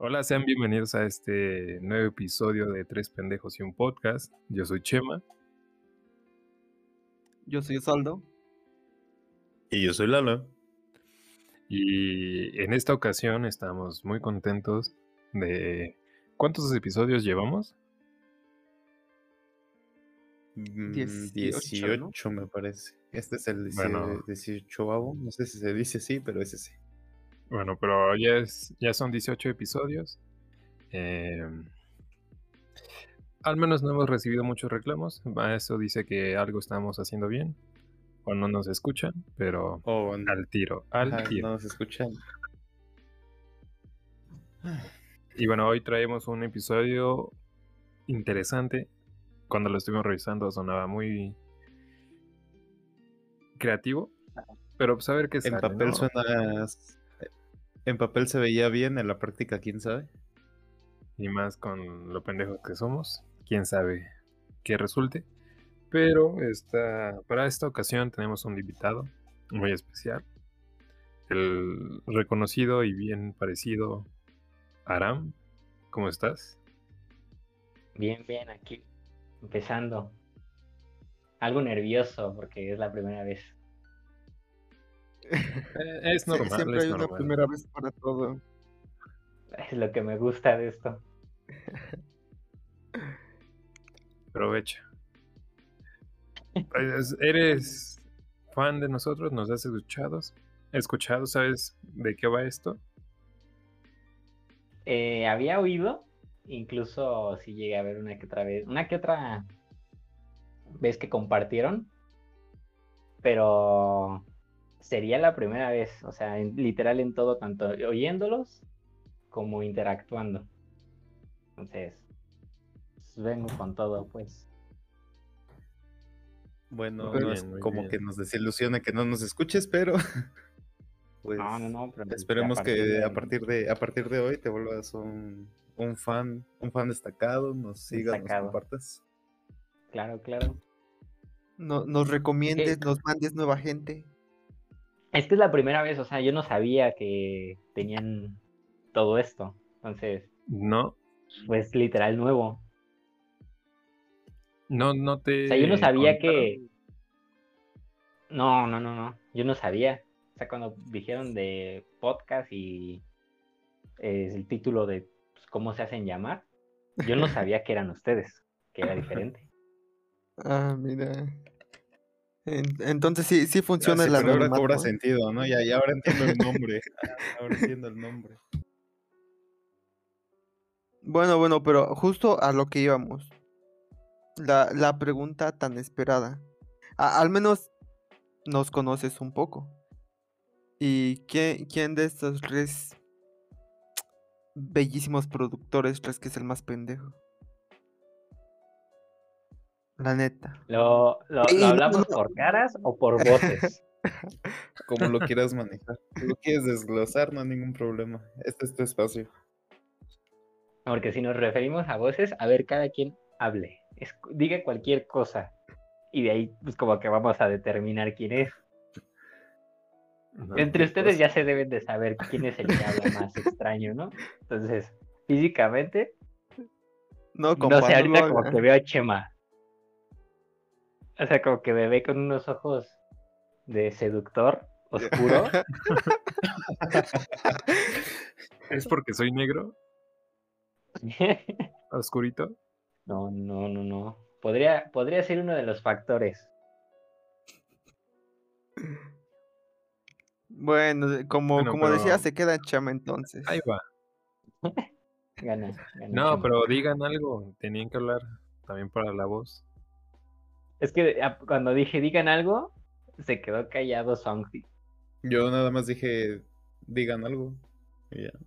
Hola, sean bienvenidos a este nuevo episodio de Tres Pendejos y un Podcast. Yo soy Chema. Yo soy Osvaldo. Y yo soy Lalo. Y en esta ocasión estamos muy contentos de... ¿Cuántos episodios llevamos? 18, me parece. Este es el Bueno. 18avo. No sé si se dice así, pero ese sí. Bueno, pero ya son 18 episodios. Al menos no hemos recibido muchos reclamos. Eso dice que algo estamos haciendo bien. O no nos escuchan, pero al tiro. No nos escuchan. Y bueno, hoy traemos un episodio interesante. Cuando lo estuvimos revisando sonaba muy creativo, pero pues a ver qué sale, En papel ¿no? suena... En papel se veía bien, en la práctica quién sabe. Y más con lo pendejos que somos, quién sabe qué resulte. Pero para esta ocasión tenemos un invitado muy especial. El reconocido y bien parecido Aram. ¿Cómo estás? Bien, aquí, empezando. Algo nervioso porque es la primera vez. Es normal, Siempre es hay una normal. primera vez para todo. Es lo que me gusta de esto. Aprovecha. ¿Eres fan de nosotros? ¿Nos has escuchado? ¿Sabes de qué va esto? Había oído, incluso si llegué a ver una que otra vez que compartieron, pero sería la primera vez, o sea, literal en todo, tanto oyéndolos como interactuando. Entonces, vengo con todo, pues. Bueno, Muy no bien, es muy como bien. que nos desilusione que no nos escuches, pero pues No, pero esperemos que a partir de hoy te vuelvas un fan destacado, nos sigas, Destacado. nos compartas. Claro. Nos recomiendes, ¿Qué? nos mandes nueva gente. Es que es la primera vez, o sea, yo no sabía que tenían todo esto. Entonces, No, pues literal nuevo. no te O sea, yo no sabía contaron. que... No. Yo no sabía. O sea, cuando dijeron de podcast y el título de pues, cómo se hacen llamar, yo no sabía que eran ustedes, que era diferente. Ah, mira. Entonces sí funciona el Pero ahora anonimato, cobra ¿eh? sentido, ¿no? Ya ahora entiendo el nombre. Ahora entiendo el nombre. Bueno, pero justo a lo que íbamos. La pregunta tan esperada. Al menos nos conoces un poco. ¿Y quién de estos tres bellísimos productores crees que es el más pendejo? La neta. ¿Lo Y no, hablamos por caras o por voces? Como lo quieras manejar. Si lo quieres desglosar, no hay ningún problema. Este es tu espacio. Porque si nos referimos a voces, a ver, cada quien hable. Diga cualquier cosa. Y de ahí, pues como que vamos a determinar quién es. No, Entre qué ustedes cosa. ya se deben de saber quién es el que habla más extraño, ¿no? Entonces, físicamente, no, no compa, sé, no ahorita lo como haga. que veo a Chema. O sea, como que me ve con unos ojos de seductor, oscuro. ¿Es porque soy negro? ¿Oscurito? No. Podría ser uno de los factores. Bueno, como decía, pero se queda en Chama entonces. ahí va. Gana No, Chema. pero digan algo. Tenían que hablar también para la voz. Es que cuando dije digan algo, se quedó callado Songti. Yo nada más dije, digan algo. Y ya.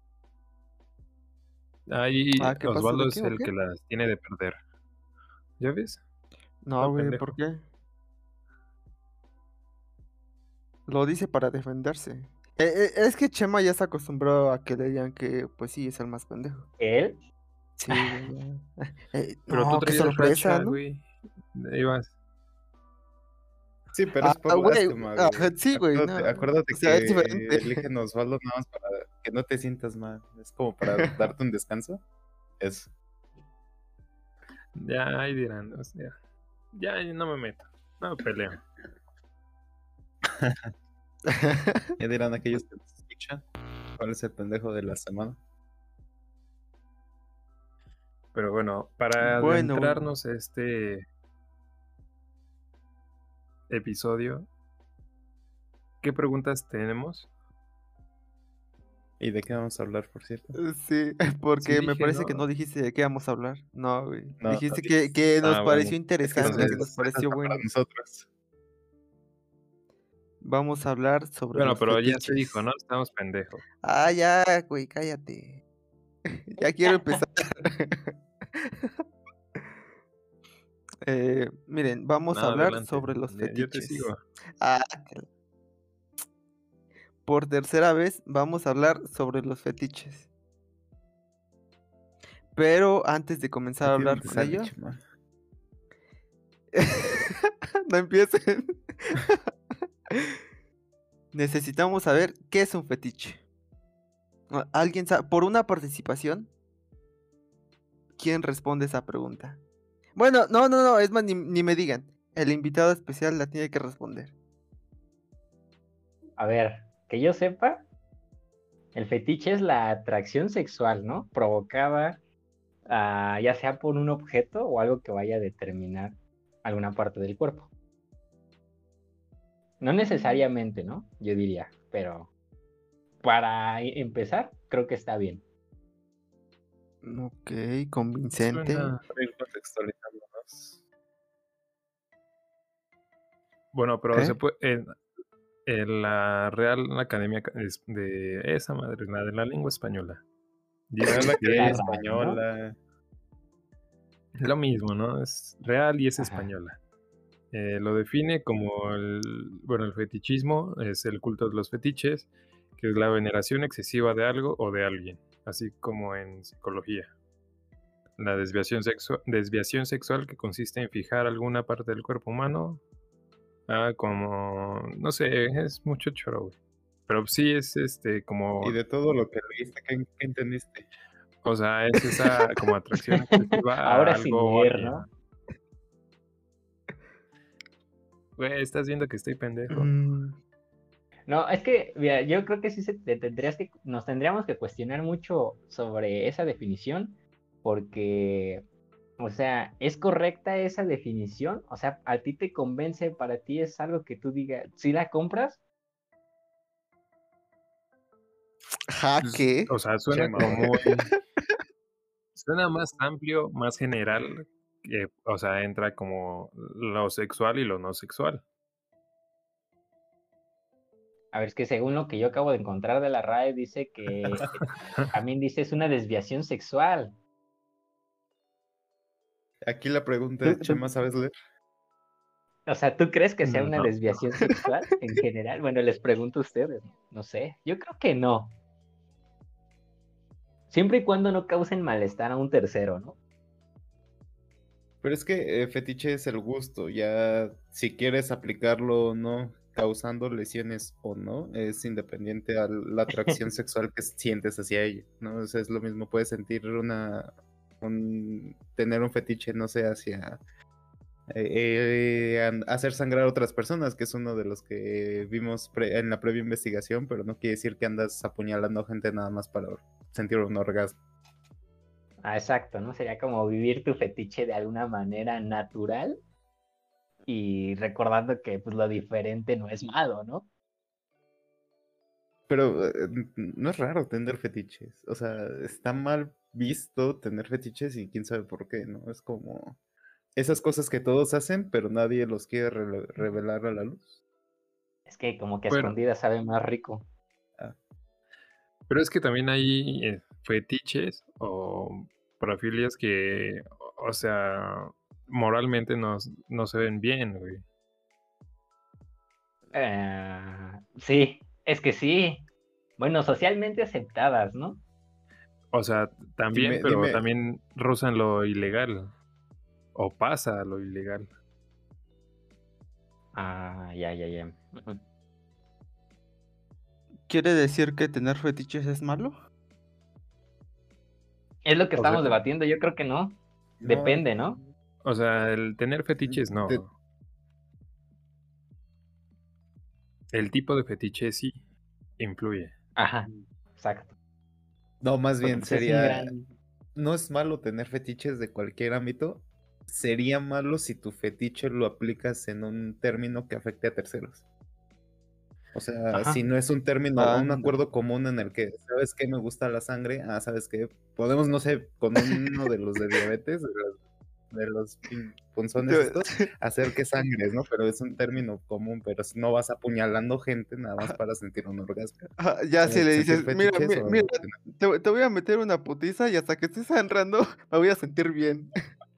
Ahí ¿Qué pasó? Osvaldo ¿De es qué o el qué? que las tiene de perder. ¿Ya ves? No, Todo güey, pendejo. ¿por qué? Lo dice para defenderse. Es que Chema ya se acostumbró a que le digan que, pues sí, es el más pendejo. ¿Él? Sí, güey, ya. Pero tú No, qué traías sorpresa, racha, ¿no? güey. Ibas. Sí, pero es por güey, lástima, güey. sí, güey, no. Acuérdate O sea, es que diferente. eligen a Osvaldo nada más para que no te sientas mal. Es como para darte un descanso. Eso. Ya, ahí dirán, o sea, ya no me meto, no peleo. Ya dirán aquellos que nos escuchan cuál es el pendejo de la semana. Pero bueno, para Bueno, adentrarnos a este episodio, ¿qué preguntas tenemos? ¿Y de qué vamos a hablar, por cierto? sí, porque Sí me dije, parece ¿no? que no dijiste de qué vamos a hablar. No, güey. No, Dijiste no que nos Ah, pareció bueno. interesante, que nos Entonces, pareció para bueno. nosotros. Vamos a hablar sobre Bueno, los pero ya se fetiches. dijo, ¿no? Estamos pendejos. Ah, ya, güey, cállate. Ya quiero empezar. Miren, vamos No, a hablar adelante, sobre los yo te fetiches. sigo. Ah, por tercera vez vamos a hablar sobre los fetiches. Pero antes de comenzar a ¿A ti hablar dónde con sale, ello, chema? no empiecen. Necesitamos saber qué es un fetiche. ¿Alguien sabe? Por una participación, ¿quién responde esa pregunta? Bueno, no, es más, ni me digan. El invitado especial la tiene que responder. A ver, que yo sepa, el fetiche es la atracción sexual, ¿no? Provocada ya sea por un objeto o algo que vaya a determinar alguna parte del cuerpo. No necesariamente, ¿no? Yo diría, pero para empezar, creo que está bien. Ok, convincente. Suena... Para ir contextualizándonos. Bueno, pero ¿Qué? se puede... En la Real Academia de esa madre, la de la lengua española, dice Real Academia que Está raro, ¿no? Española. es lo mismo, ¿no? Es real y es Ajá. española. Lo define como el fetichismo es el culto de los fetiches, que es la veneración excesiva de algo o de alguien, así como en psicología. La desviación sexual que consiste en fijar alguna parte del cuerpo humano, como, no sé, es mucho choro, güey. Pero sí es como, Y de todo lo que leíste, ¿qué entendiste? o sea, es esa como atracción excesiva a Ahora sin algo o leer, alguien. ¿no? Güey, estás viendo que estoy pendejo. No, es que, mira, yo creo que sí nos tendríamos que cuestionar mucho sobre esa definición, porque, o sea, ¿es correcta esa definición? O sea, ¿a ti te convence, para ti es algo que tú digas, si la compras? Jaque. O sea, suena Chema, como güey. muy... Suena más amplio, más general, que, o sea, entra como lo sexual y lo no sexual. A ver, es que según lo que yo acabo de encontrar de la RAE, dice que también dice es una desviación sexual. Aquí la pregunta ¿Tú, es, tú- Chema, ¿sabes leer? o sea, ¿tú crees que sea una No. desviación sexual en general? Bueno, les pregunto a ustedes, no sé, yo creo que no. Siempre y cuando no causen malestar a un tercero, ¿no? Pero es que fetiche es el gusto, ya si quieres aplicarlo o no, causando lesiones o no, es independiente a la atracción sexual que sientes hacia ella, ¿no? O sea, es lo mismo, puedes sentir tener un fetiche, no sé, hacia hacer sangrar a otras personas, que es uno de los que vimos en la previa investigación, pero no quiere decir que andas apuñalando gente nada más para sentir un orgasmo. Ah, exacto, ¿no? Sería como vivir tu fetiche de alguna manera natural y recordando que pues lo diferente no es malo, ¿no? Pero no es raro tener fetiches. O sea, está mal visto tener fetiches y quién sabe por qué, ¿no? Es como esas cosas que todos hacen, pero nadie los quiere revelar a la luz. Es que como que a Bueno, escondida sabe más rico. Ah, pero es que también hay fetiches o parafilias que, o sea, moralmente no se ven bien, güey. Sí, es que sí. Bueno, socialmente aceptadas, ¿no? O sea, también, pero dime, también rozan lo ilegal. O pasa a lo ilegal. Ah, ya, ya, ya. Ujú. ¿Quiere decir que tener fetiches es malo? Es lo que O sea, estamos debatiendo, yo creo que no. No, Depende, ¿no? o sea, el tener fetiches no. de- El tipo de fetiche sí influye. Ajá, exacto. no, más Porque bien pues es un sería, gran... no es malo tener fetiches de cualquier ámbito, sería malo si tu fetiche lo aplicas en un término que afecte a terceros. O sea, Ajá. si no es un término, un Anda. acuerdo común en el que, ¿sabes qué? Me gusta la sangre. Ah, ¿sabes qué? Podemos, no sé, con uno de los de diabetes, de los punzones Te- estos, hacer que sangres, ¿no? Pero es un término común, pero si no vas apuñalando gente nada más para sentir un orgasmo. Ya si le Sentir dices, mira, fetiches mira, o... te voy a meter una putiza y hasta que estés sangrando me voy a sentir bien.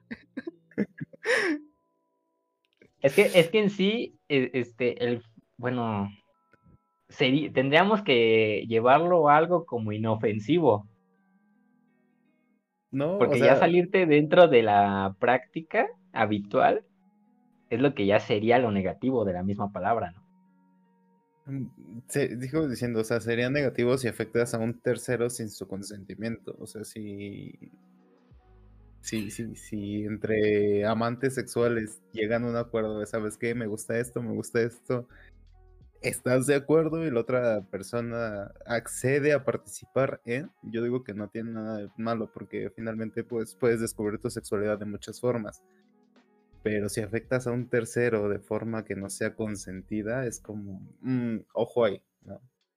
Es que en sí, bueno, tendríamos que llevarlo a algo como inofensivo, No, o porque ya sea, salirte dentro de la práctica habitual es lo que ya sería lo negativo de la misma palabra, ¿no? se dijo diciendo, o sea, sería negativo si afectas a un tercero sin su consentimiento. O sea, si entre amantes sexuales llegan a un acuerdo de, ¿sabes qué? Me gusta esto, estás de acuerdo y la otra persona accede a participar en, yo digo que no tiene nada de malo porque finalmente pues puedes descubrir tu sexualidad de muchas formas. Pero si afectas a un tercero de forma que no sea consentida, es como, ojo ahí, ¿no?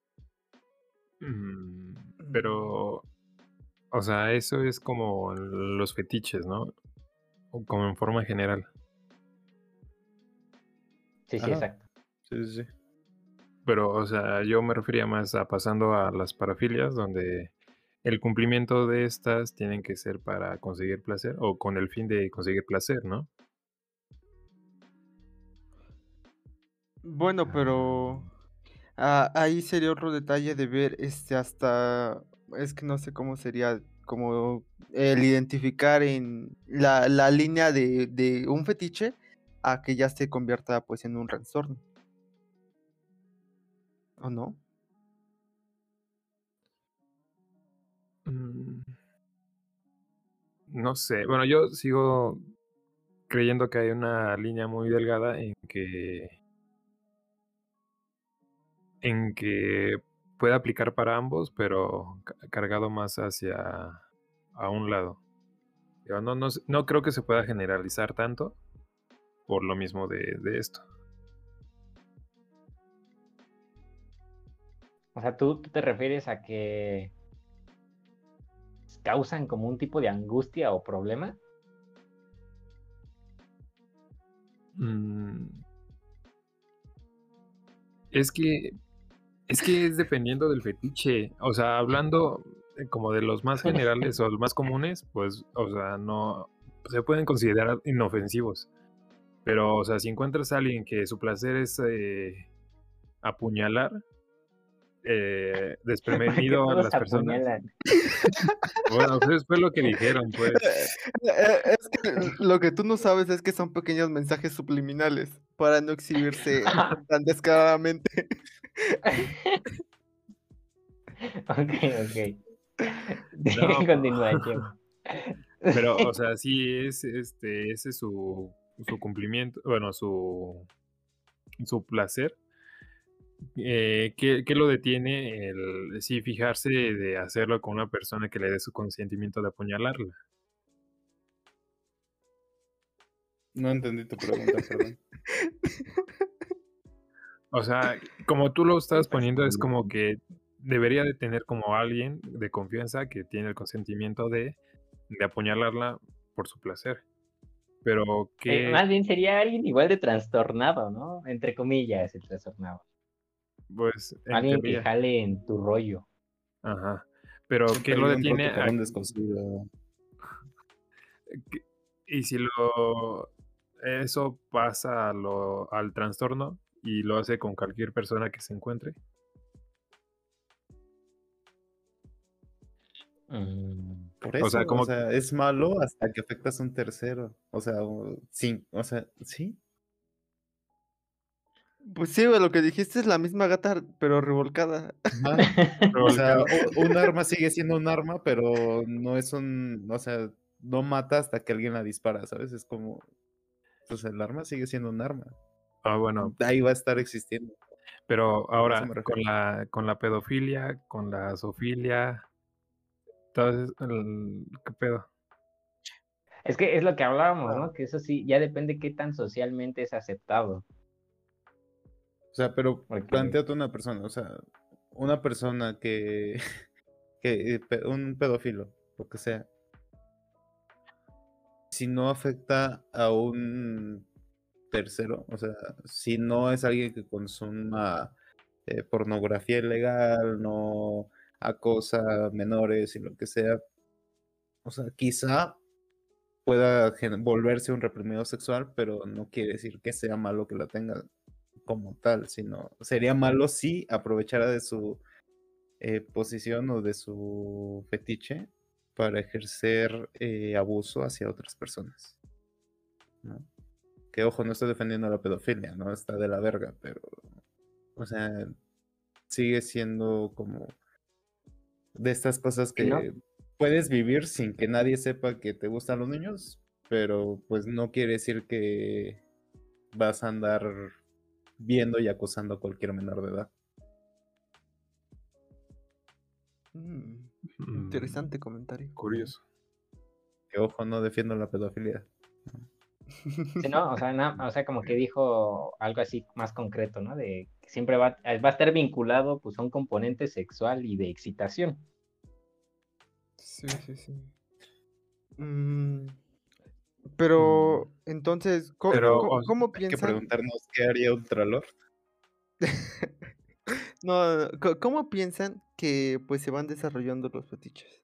Pero, o sea, eso es como los fetiches, ¿no? O como en forma general. Sí, sí, Ajá, exacto. sí. Pero, o sea, yo me refería más a pasando a las parafilias, donde el cumplimiento de estas tienen que ser para conseguir placer o con el fin de conseguir placer, ¿no? Bueno, pero ahí sería otro detalle de ver hasta, es que no sé cómo sería, como el identificar en la línea de un fetiche a que ya se convierta pues en un trastorno, ¿o no? Mm, No sé, bueno, yo sigo creyendo que hay una línea muy delgada en que puede aplicar para ambos, pero cargado más hacia a un lado. Digo, no creo que se pueda generalizar tanto por lo mismo de esto. O sea, ¿tú te refieres a que causan como un tipo de angustia o problema? Mm, Es que es dependiendo del fetiche. O sea, hablando como de los más generales o los más comunes, pues, o sea, no se pueden considerar inofensivos. Pero, o sea, si encuentras a alguien que su placer es apuñalar Porque desprevenido a todos las personas, apuñalan. bueno, pues fue lo que dijeron, pues. Es que lo que tú no sabes es que son pequeños mensajes subliminales para no exhibirse tan descaradamente. Ok, ok. No, Continuación. pero, o sea, sí es ese es su cumplimiento, bueno, su placer. ¿Qué lo detiene el sí fijarse de hacerlo con una persona que le dé su consentimiento de apuñalarla? No entendí tu pregunta, perdón. O sea, como tú lo estás Pues, poniendo, es como que debería de tener como alguien de confianza que tiene el consentimiento de apuñalarla por su placer. Pero que, Más bien sería alguien igual de trastornado, ¿no? Entre comillas, el trastornado. pues, en Alguien que teoría, jale en tu rollo. ajá. Pero ¿qué lo pedirle un detiene roto por a un descosido. que- y si lo eso pasa al trastorno y lo hace con cualquier persona que se encuentre? Mm, Por O sea, eso, o como sea, es malo hasta que afectas a un tercero. O sea, sí, o sea, sí. Pues sí, güey, lo que dijiste es la misma gata, pero revolcada. Ajá. O sea, un arma sigue siendo un arma, pero no es o sea, no mata hasta que alguien la dispara, ¿sabes? Es como, pues el arma sigue siendo un arma. Bueno, Ahí va a estar existiendo. pero Por eso ahora me refiero. con la pedofilia, con la zoofilia, todo ¿qué pedo? Es que es lo que hablábamos, Ah. ¿no? Que eso sí, ya depende qué tan socialmente es aceptado. O sea, pero Porque, plantéate una persona, o sea, una persona un pedófilo, lo que sea, si no afecta a un tercero, o sea, si no es alguien que consuma pornografía ilegal, no acosa menores y lo que sea, o sea, quizá pueda volverse un reprimido sexual, pero no quiere decir que sea malo que la tenga como tal, sino sería malo si aprovechara de su posición o de su fetiche para ejercer abuso hacia otras personas, ¿no? Que ojo, no estoy defendiendo la pedofilia, ¿no? Está de la verga, pero, o sea, sigue siendo como de estas cosas si no, que puedes vivir sin que nadie sepa que te gustan los niños, pero pues no quiere decir que vas a andar viendo y acosando a cualquier menor de edad. Interesante comentario. Curioso. Que ojo, no defiendo la pedofilia. si no, o sea, o sea, como que dijo algo así más concreto, ¿no? De que siempre va a estar vinculado pues a un componente sexual y de excitación. Sí, sí, sí. Pero entonces, Pero, ¿cómo Hay que piensan? preguntarnos qué haría Ultralord. No, ¿cómo piensan que pues se van desarrollando los fetiches?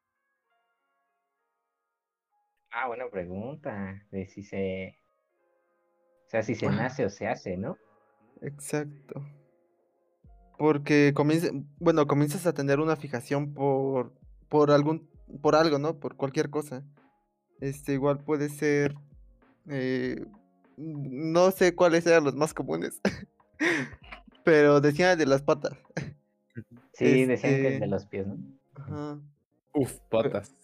Ah, buena pregunta. De si se, o sea, si se Ajá, nace o se hace, ¿no? exacto. Porque bueno, comienzas a tener una fijación por por algo, ¿no? Por cualquier cosa. Igual puede ser, eh, no sé cuáles eran los más comunes, pero decía de las patas. Sí, decían que el Este, de los pies, ¿no? ajá. Uf, patas.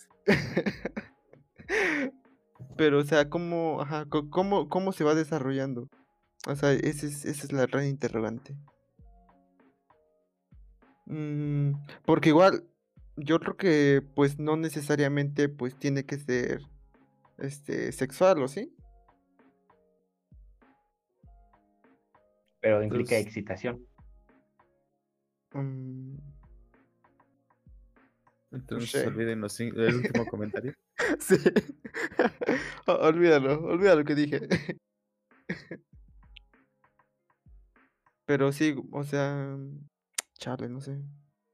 Pero, o sea, ajá, cómo se va desarrollando? O sea, esa es la gran interrogante. Mm, porque igual, yo creo que, pues, no necesariamente, pues, tiene que ser, sexual, ¿o sí? Pero implica Pues, excitación. Mm, no entonces sé. olviden el último comentario. Sí. Olvídalo que dije. Pero sí, o sea, chale, no sé.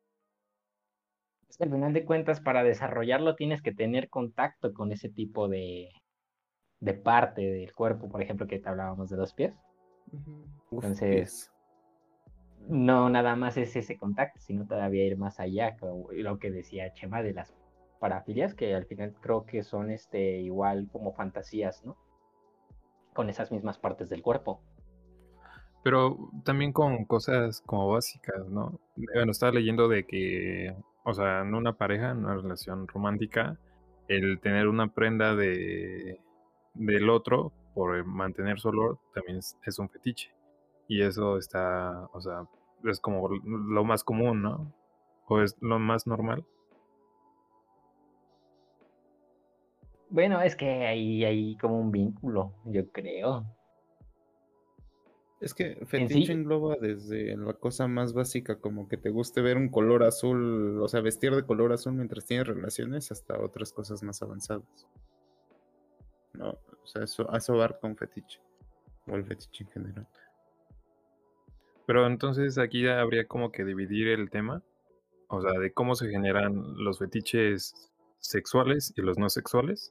Es que al final de cuentas, para desarrollarlo tienes que tener contacto con ese tipo de parte del cuerpo, por ejemplo, que te hablábamos de los pies. Ujú. Uf, Entonces, pies. no nada más es ese contacto, sino todavía ir más allá, como lo que decía Chema de las parafilias, que al final creo que son igual como fantasías, ¿no? Con esas mismas partes del cuerpo. Pero también con cosas como básicas, ¿no? Bueno, estaba leyendo de que, o sea, en una pareja, en una relación romántica, el tener una prenda del otro por mantener su olor también es un fetiche. Y eso está, o sea, es como lo más común, ¿no? O es lo más normal. Bueno, es que ahí hay como un vínculo, yo creo. Es que En fetiche sí, engloba desde la cosa más básica, como que te guste ver un color azul, o sea, vestir de color azul mientras tienes relaciones, hasta otras cosas más avanzadas. No, o sea, a eso va con fetiche, o el fetiche en general. Pero entonces aquí ya habría como que dividir el tema, o sea, de cómo se generan los fetiches sexuales y los no sexuales.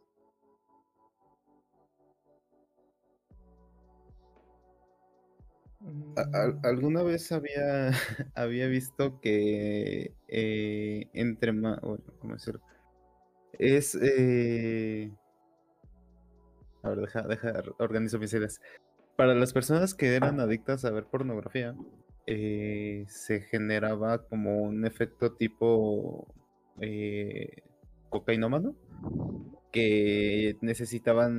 Mm, Alguna vez había, había visto que entre más, bueno, ¿cómo decirlo? Es, a ver, deja organizo mis ideas. Para las personas que eran adictas a ver pornografía, se generaba como un efecto tipo cocainómano, que necesitaban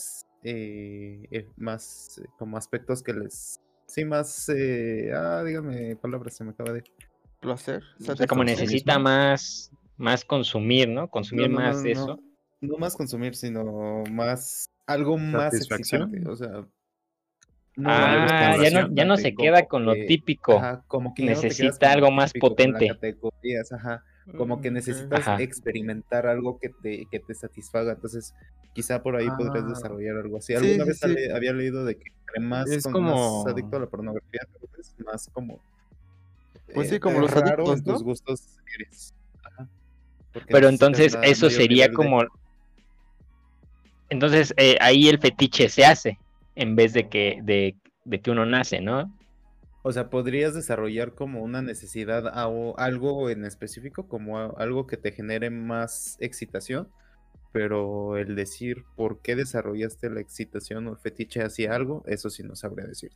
más como aspectos que les... Sí, más... dígame palabras, se me acaba de... Placer, O sea, como satisfacción. necesita más consumir, ¿no? No, Consumir no, más no, de no. eso. No más consumir, sino más... Algo más excitante. Satisfacción, O sea, no mayor algo más Ya no estimulación. se excitante, queda como con lo que... típico. Ajá, como que ya no te quedas Necesita con lo algo más típico, con la potente. categorías, ajá. Como que Ok. necesitas Ajá. experimentar algo que te satisfaga. Entonces, quizá por ahí podrías Ah, desarrollar algo así. Sí, Alguna sí, vez sí. había leído de que entre es más adicto a como, la pornografía, te vuelves, más como Pues sí, como los raro en adictos, tus ¿no? gustos eres. Ajá. Porque Pero necesitas entonces eso mayor sería nivel de... como, entonces ahí el fetiche se hace en vez de que uno nace, ¿no? O sea, podrías desarrollar como una necesidad o algo en específico, como algo que te genere más excitación, pero el decir por qué desarrollaste la excitación o el fetiche hacia algo, eso sí no sabría decirte.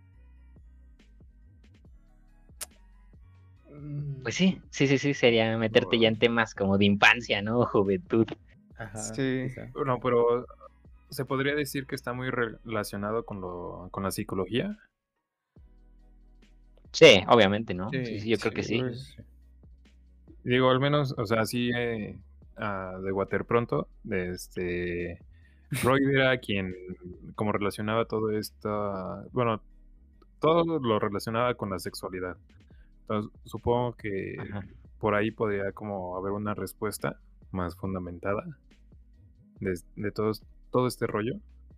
Pues sí, sería meterte ya en temas como de infancia, ¿no? Juventud. Ajá, Sí. quizá. bueno, pero se podría decir que está muy relacionado con la psicología. Sí, obviamente, ¿no? Sí, Sí, yo creo Sí, que sí. güey. Digo, al menos, o sea, sí, de Waterpronto, Freud era quien, como relacionaba todo esto, bueno, todo lo relacionaba con la sexualidad. Entonces, supongo que Ajá. por ahí podría como haber una respuesta más fundamentada de todo este rollo.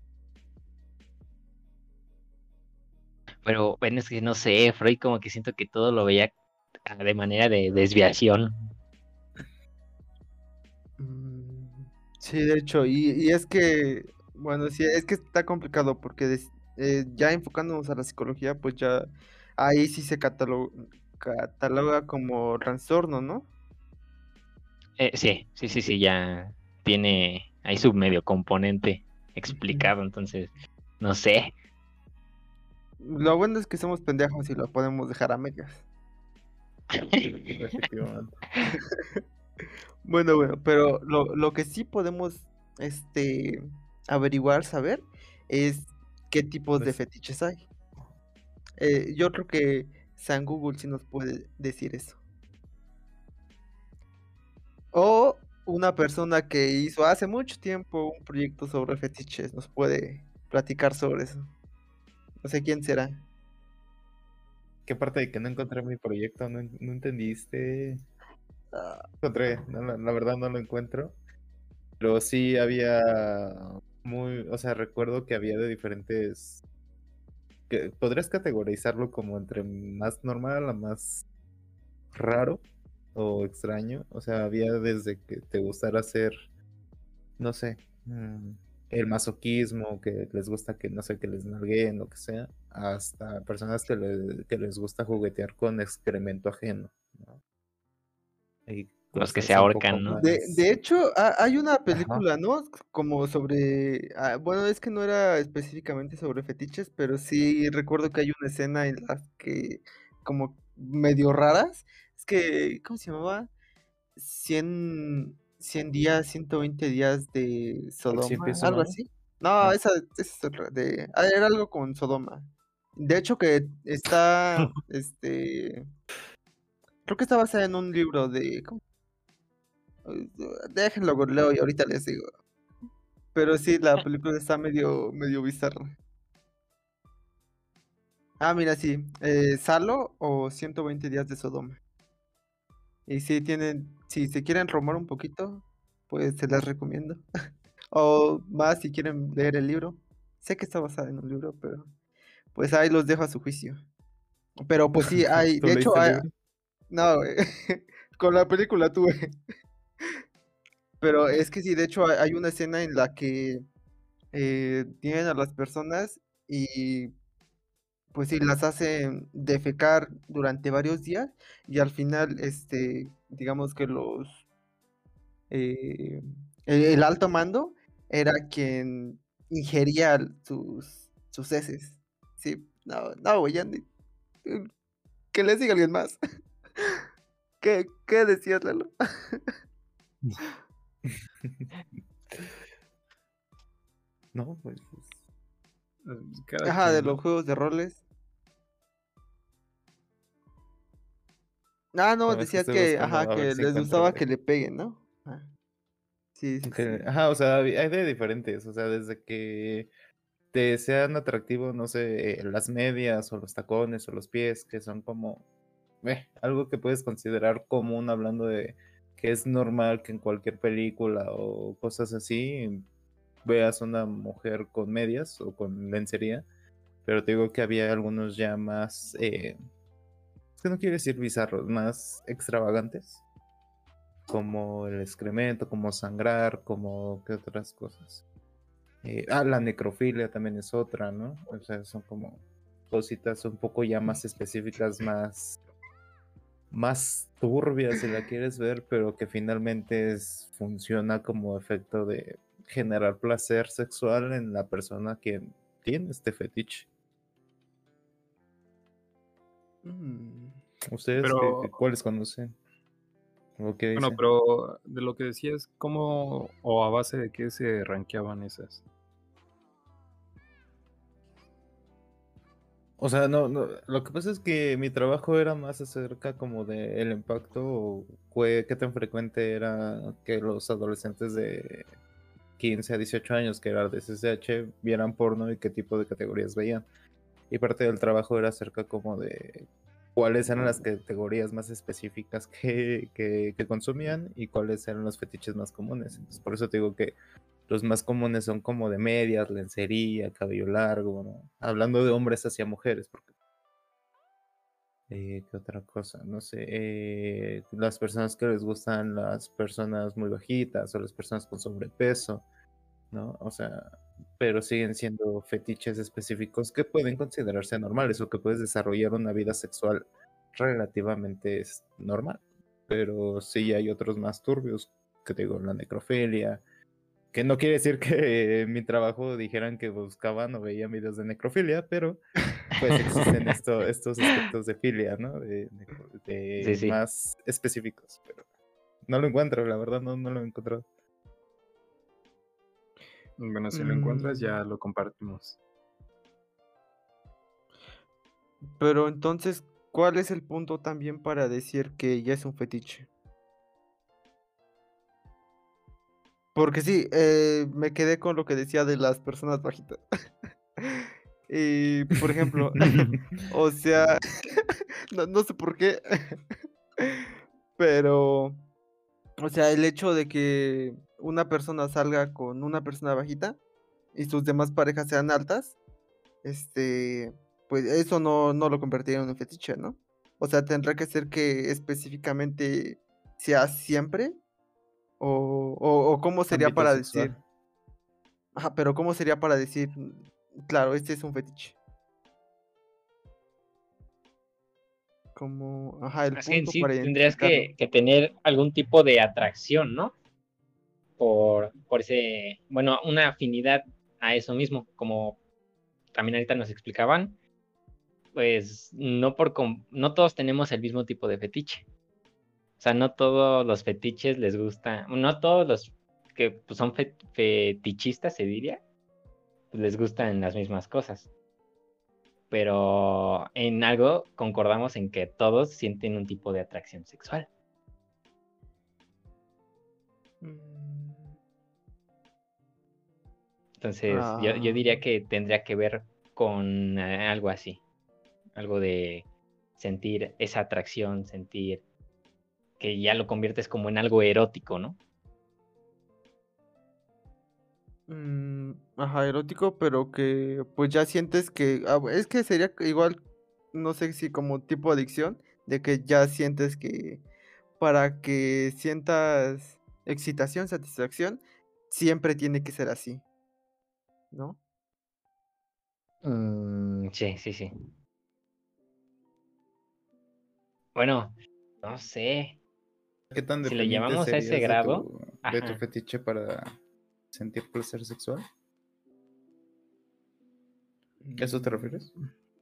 Pero bueno, es que no sé, Freud como que siento que todo lo veía de manera de desviación. Mm, Sí, de hecho, y es que, bueno, sí, es que está complicado porque ya enfocándonos a la psicología, pues ya ahí sí se cataloga como trastorno, ¿no? Sí, ya tiene ahí su medio componente Ujú. explicado, entonces, no sé. Lo bueno es que somos pendejos y lo podemos dejar a medias. Efectivamente. Bueno, pero lo que sí podemos, este, averiguar, saber, es qué tipos de Pues, fetiches hay. Yo creo que San Google sí nos puede decir eso. O una persona que hizo hace mucho tiempo un proyecto sobre fetiches nos puede platicar sobre eso. No sé quién será. ¿qué parte de que no encontré mi proyecto? No entendiste. Encontré, no, la verdad no lo encuentro. Pero sí había o sea, recuerdo que había de diferentes, que podrías categorizarlo como entre más normal a más raro o extraño. O sea, había desde que te gustara hacer, no sé, el masoquismo, que les gusta que, no sé, que les nalgueen, lo que sea, hasta personas que les gusta juguetear con excremento ajeno, ¿no? Y Los que se cosas un poco ahorcan, ¿no? De más... hecho, hay una Ajá. película, ¿no? Como sobre, bueno, es que no era específicamente sobre fetiches, pero sí recuerdo que hay una escena en la que, como medio raras, es que, ¿cómo se llamaba? 100 días, 120 días de Al 100 Sodoma, pies algo sonoros. así. No, Ah, esa es otra, era algo con Sodoma. De hecho que está, creo que está basada en un libro de, déjenlo googleo y ahorita les digo. Pero sí, la película está medio bizarra. Ah, mira, sí, Salo o 120 días de Sodoma. Y si se quieren romar un poquito, pues se las recomiendo. O más si quieren leer el libro. Sé que está basada en un libro, pero pues ahí los dejo a su juicio. Pero pues sí, ¿Tú de hecho, leíste el libro? no, con la película tuve. Pero es que sí, de hecho hay una escena en la que tienen a las personas y pues sí, las hacen defecar durante varios días y al final, digamos que el alto mando era quien ingería sus sus heces. Sí, no, güey, ya ni- que le siga alguien más. ¿Qué decías, Lalo? No, pues. Cada Ajá, de quien, los ¿no? juegos de roles. Ah, no, No, es que decías estoy que, buscando ajá, a ver que si les encuentro gustaba de. que le peguen, ¿no? Ah, sí, sí, sí. Ajá, o sea, hay de diferentes. O sea, desde que te sean atractivos, no sé, las medias o los tacones o los pies, que son como algo que puedes considerar común hablando de que es normal que en cualquier película o cosas así veas una mujer con medias o con lencería, pero te digo que había algunos ya más, es que no quiero decir bizarros, más extravagantes, como el excremento, como sangrar, como qué otras cosas. La necrofilia también es otra, ¿no? O sea, son como cositas un poco ya más específicas, más turbia si la quieres ver, pero que finalmente funciona como efecto de generar placer sexual en la persona que tiene este fetiche. Mm. ¿Ustedes Pero, cuáles conocen? ¿O qué bueno, dicen? pero de lo que decías, ¿cómo o a base de qué se rankeaban esas? O sea, no, lo que pasa es que mi trabajo era más acerca como de el impacto o qué tan frecuente era que los adolescentes de 15 a 18 años que eran de SSH vieran porno y qué tipo de categorías veían. Y parte del trabajo era acerca como de cuáles eran las categorías más específicas que consumían y cuáles eran los fetiches más comunes. Entonces, por eso te digo que los más comunes son como de medias, lencería, cabello largo, ¿no? Hablando de hombres hacia mujeres, porque ¿qué otra cosa? No sé, las personas que les gustan las personas muy bajitas o las personas con sobrepeso, ¿no? O sea, pero siguen siendo fetiches específicos que pueden considerarse normales o que puedes desarrollar una vida sexual relativamente normal. Pero sí hay otros más turbios, que te digo, la necrofilia, que no quiere decir que en mi trabajo dijeran que buscaban o veían videos de necrofilia, pero pues existen estos aspectos de filia, ¿no? Sí, De sí. más específicos, pero no lo encuentro, la verdad no lo he encontrado. Bueno, si lo encuentras Mm, ya lo compartimos. pero entonces, ¿cuál es el punto también para decir que ya es un fetiche? Porque sí, me quedé con lo que decía de las personas bajitas. Y, por ejemplo, o sea, no sé por qué, pero, o sea, el hecho de que una persona salga con una persona bajita y sus demás parejas sean altas, pues eso no lo convertiría en un fetiche, ¿no? O sea, tendrá que ser que específicamente sea siempre, o cómo sería Ámbito para sexual. decir, ajá, pero cómo sería para decir, claro, este es un fetiche. Como, ajá, el Es que en punto sí para tendrías identificarlo. que tener algún tipo de atracción, ¿no? Por ese, bueno, una afinidad a eso mismo, como también ahorita nos explicaban, pues no todos tenemos el mismo tipo de fetiche. O sea, no todos los fetiches les gusta, no todos los que pues, son fetichistas, se diría, pues, les gustan las mismas cosas. Pero en algo concordamos en que todos sienten un tipo de atracción sexual. Mm, Entonces, yo ah, diría que tendría que ver con algo así, algo de sentir esa atracción, sentir que ya lo conviertes como en algo erótico, ¿no? ajá, erótico, pero que pues ya sientes que, es que sería igual, no sé si como tipo adicción, de que ya sientes que para que sientas excitación, satisfacción, siempre tiene que ser así, ¿no? Sí, sí, sí. Bueno, no sé. ¿Qué tan Si lo dependiente llevamos a ese serías grado, de tu ajá. fetiche para sentir placer sexual? ¿A eso te refieres?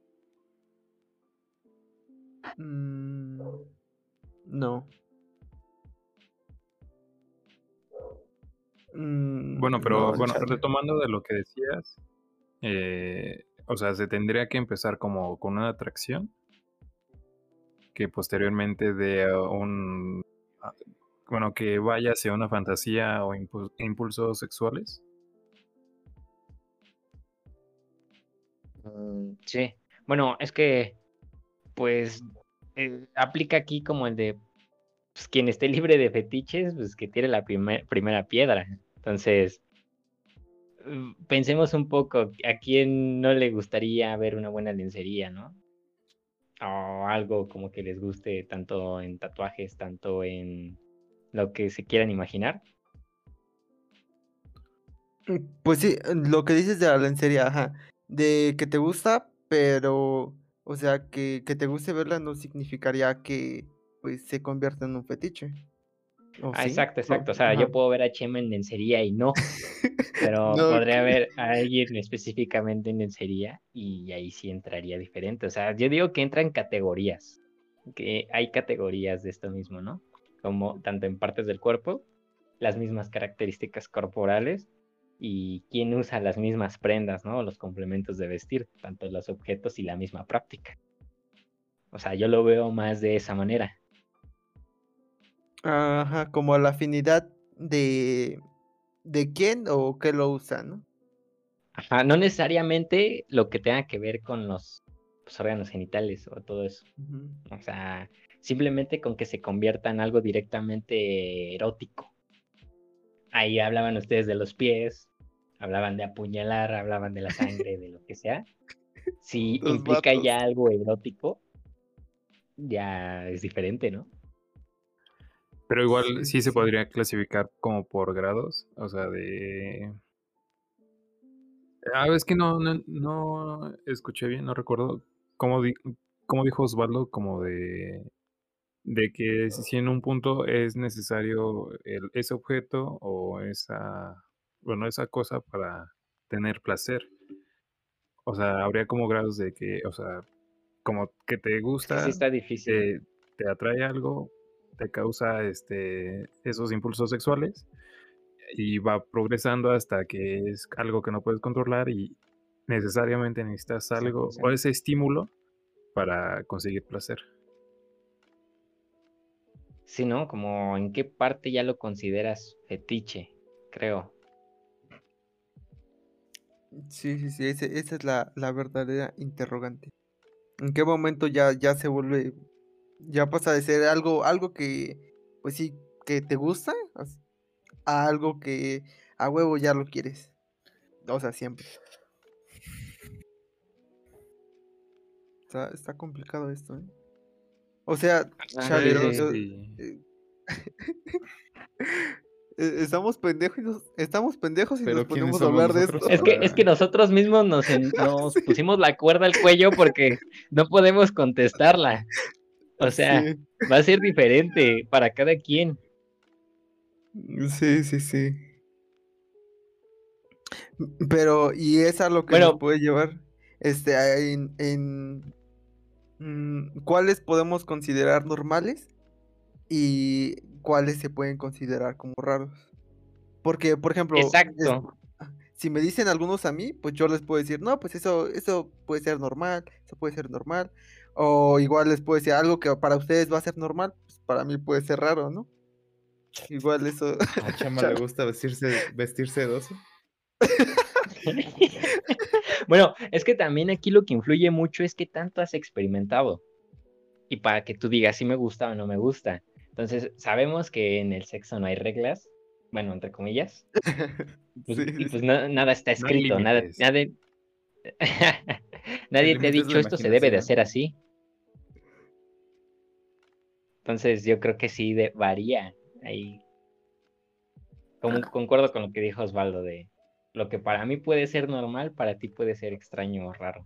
No. Bueno, pero bueno, chale. retomando de lo que decías, o sea, se tendría que empezar como con una atracción que posteriormente de bueno, que vaya hacia una fantasía o impulsos sexuales. Sí. Bueno, es que, pues, aplica aquí como el de pues, quien esté libre de fetiches, pues que tire la primera piedra. Entonces, pensemos un poco, ¿a quién no le gustaría ver una buena lencería, no? O algo como que les guste tanto en tatuajes, tanto en lo que se quieran imaginar. Pues sí, lo que dices de la lencería, ajá. De que te gusta, pero, o sea, que te guste verla no significaría que, pues, se convierta en un fetiche. ¿O Ah, sí? exacto, exacto. O sea, Ajá. yo puedo ver a Chema en lencería y no, pero No, podría ver a alguien específicamente en lencería y ahí sí entraría diferente. O sea, yo digo que entra en categorías, que hay categorías de esto mismo, ¿no? Como tanto en partes del cuerpo, las mismas características corporales y quién usa las mismas prendas, ¿no? Los complementos de vestir, tanto los objetos y la misma práctica. O sea, yo lo veo más de esa manera. ajá, como la afinidad de quién o qué lo usa, ¿no? Ajá, no necesariamente lo que tenga que ver con los pues, órganos genitales o todo eso. Ujú. O sea, simplemente con que se convierta en algo directamente erótico. Ahí hablaban ustedes de los pies, hablaban de apuñalar, hablaban de la sangre, de lo que sea. Si Los implica vatos. ya algo erótico, ya es diferente, ¿no? Pero igual Sí, sí sí, se sí. podría clasificar como por grados, o sea, de... es que no escuché bien, no recuerdo cómo, cómo dijo Osvaldo, como de que si en un punto es necesario ese objeto o bueno, esa cosa para tener placer. O sea, habría como grados de que, o sea, como que te Es que sí gusta, está difícil. te atrae algo, te causa esos impulsos sexuales y va progresando hasta que es algo que no puedes controlar y necesariamente necesitas Exacto, algo o exacto. ese estímulo para conseguir placer. Sí, ¿no? Como en qué parte ya lo consideras fetiche, creo. Sí, sí, sí, esa es la verdadera interrogante. ¿En qué momento ya se vuelve, ya pasa de ser algo que, pues sí, que te gusta, a algo que a huevo ya lo quieres? O sea, siempre. Está complicado esto, ¿eh? O sea, Ah, sí, chale, Pero sí. sí, eh, estamos pendejos y nos Pero ¿quiénes ponemos a somos hablar de nosotros esto. Es que para...? nosotros mismos nos Sí, pusimos la cuerda al cuello porque no podemos contestarla. O sea, sí, va a ser diferente para cada quien. sí, sí, sí. Pero, y es a lo que nos Bueno, puede llevar, cuáles podemos considerar normales y cuáles se pueden considerar como raros. Porque, por ejemplo, exacto. si me dicen algunos a mí, pues yo les puedo decir, no, pues eso puede ser normal, eso puede ser normal. O igual les puedo decir algo que para ustedes va a ser normal, pues para mí puede ser raro, ¿no? Igual eso. ¿A Chama le Chale. gusta vestirse sedoso? Bueno, es que también aquí lo que influye mucho es que tanto has experimentado. Y para que tú digas si me gusta o no me gusta. Entonces, sabemos que en el sexo no hay reglas, bueno, entre comillas, Sí, y sí, pues sí. nada está no hay escrito, límites. El nadie te ha límite es la dicho esto se debe de imaginación. hacer así. Entonces, yo creo que sí varía. Ahí, como concuerdo con lo que dijo Osvaldo de lo que para mí puede ser normal, para ti puede ser extraño o raro.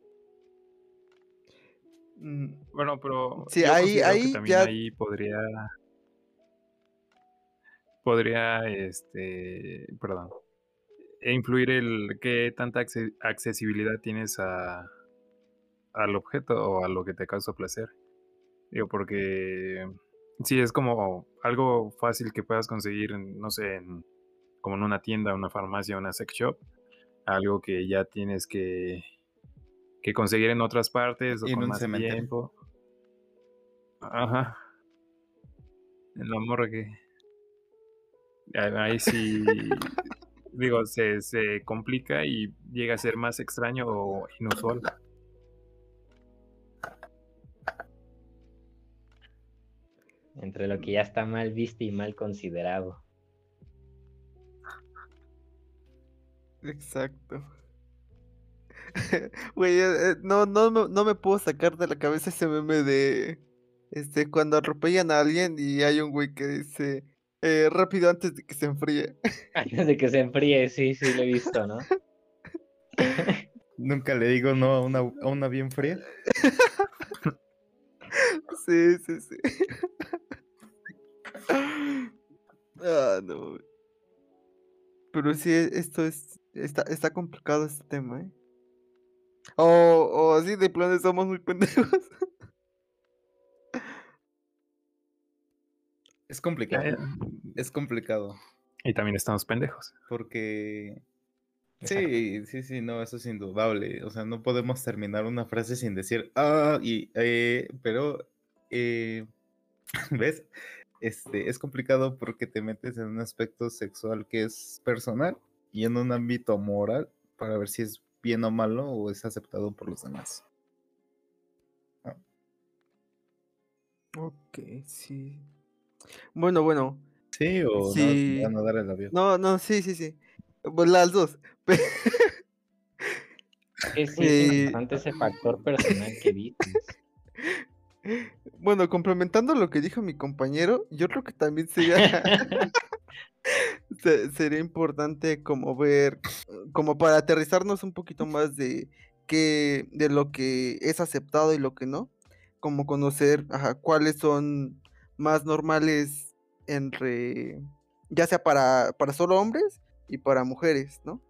Mm, Bueno, pero sí, yo ahí, considero que ahí también ya. ahí perdón, influir el qué tanta accesibilidad tienes al objeto o a lo que te causa placer. Digo, porque sí es como algo fácil que puedas conseguir, no sé, como en una tienda, una farmacia, una sex shop, algo que ya tienes que conseguir en otras partes o En con un más cementerio. tiempo. Ajá, en la morgue. Ahí sí, digo, se complica y llega a ser más extraño o inusual. Entre lo que ya está mal visto y mal considerado. Exacto. Güey, no me puedo sacar de la cabeza ese meme de cuando atropellan a alguien y hay un güey que dice rápido antes de que se enfríe. Antes de que se enfríe, sí, sí, lo he visto, ¿no? Nunca le digo no a una bien fría. Sí, sí, sí. Ah, no. Güey. Pero sí, está complicado este tema, ¿eh? O así de plano somos muy pendejos. Es complicado. Es complicado. Y también estamos pendejos. Porque Exacto. sí, no, eso es indudable. O sea, no podemos terminar una frase sin decir, pero, ¿ves? Es complicado porque te metes en un aspecto sexual que es personal y en un ámbito moral para ver si es bien o malo o es aceptado por los demás. Ok, sí. Bueno. Sí, o no, te Sí. van a dar el avión. No, sí, sí, sí. Pues las dos. Que sí es Eh, importante ese factor personal que dices. bueno, complementando lo que dijo mi compañero, yo creo que también sería, sería importante como ver, como para aterrizarnos un poquito más de lo que es aceptado y lo que no, como conocer, ajá, cuáles son más normales entre, ya sea para solo hombres y para mujeres, ¿no?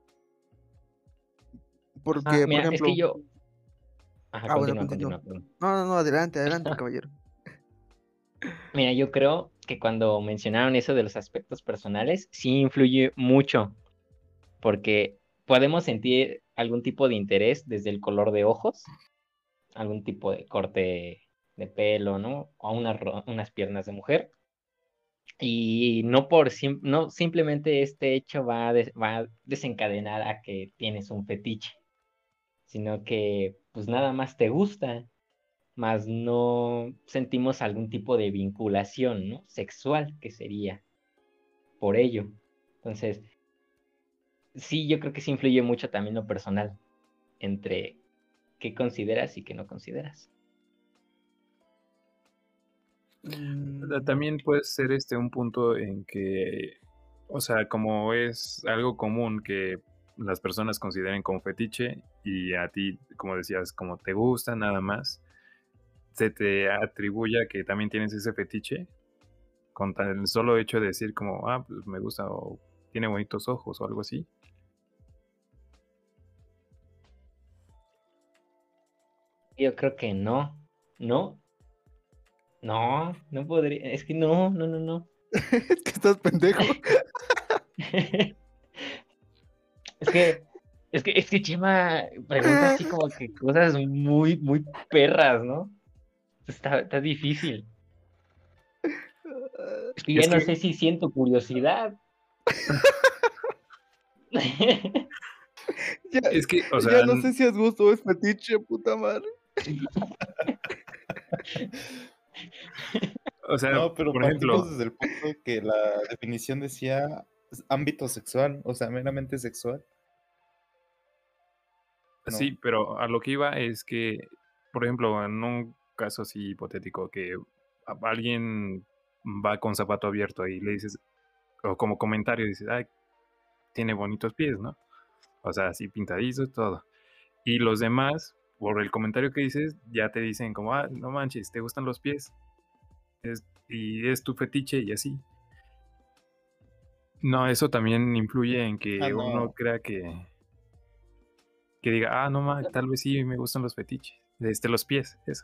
Ah, Porque, por mira, es que ejemplo, yo. Ajá, bueno, continúa, continúo. continúa, perdón. No, adelante, caballero. Mira, yo creo que cuando mencionaron eso de los aspectos personales, sí influye mucho, porque podemos sentir algún tipo de interés desde el color de ojos, algún tipo de corte de pelo, ¿no? O unas piernas de mujer. Y no simplemente este hecho va a desencadenar a que tienes un fetiche, sino que pues nada más te gusta, más no sentimos algún tipo de vinculación, ¿no? Sexual, que sería por ello. Entonces, sí, yo creo que sí influye mucho también lo personal entre qué consideras y qué no consideras. También puede ser un punto en que, o sea, como es algo común que las personas consideren como fetiche y a ti, como decías, como te gusta nada más, se te atribuya que también tienes ese fetiche con tan el solo hecho de decir como, pues me gusta o tiene bonitos ojos o algo así. Yo creo que no, no, no podría, es que no. Es que estás pendejo. Es que, es que Chema pregunta así como que cosas muy, muy perras, ¿no? Está difícil. Es que ya Es no que, sé si siento curiosidad. Ya, es que, o sea, ya no sé si es gusto o es fetiche, puta madre. o sea, No, pero por partimos ejemplo, desde el punto que la definición decía ámbito sexual, o sea, meramente sexual, sí, ¿no? pero a lo que iba es que, por ejemplo, en un caso así hipotético, que alguien va con zapato abierto y le dices, o como comentario dices, ay, tiene bonitos pies, ¿no? O sea, así pintadizos, todo. Y los demás, por el comentario que dices, ya te dicen como, no manches, ¿te gustan los pies? Y es tu fetiche y así. No, eso también influye en que uno no. crea que diga, no tal vez sí me gustan los fetiches. Los pies, eso.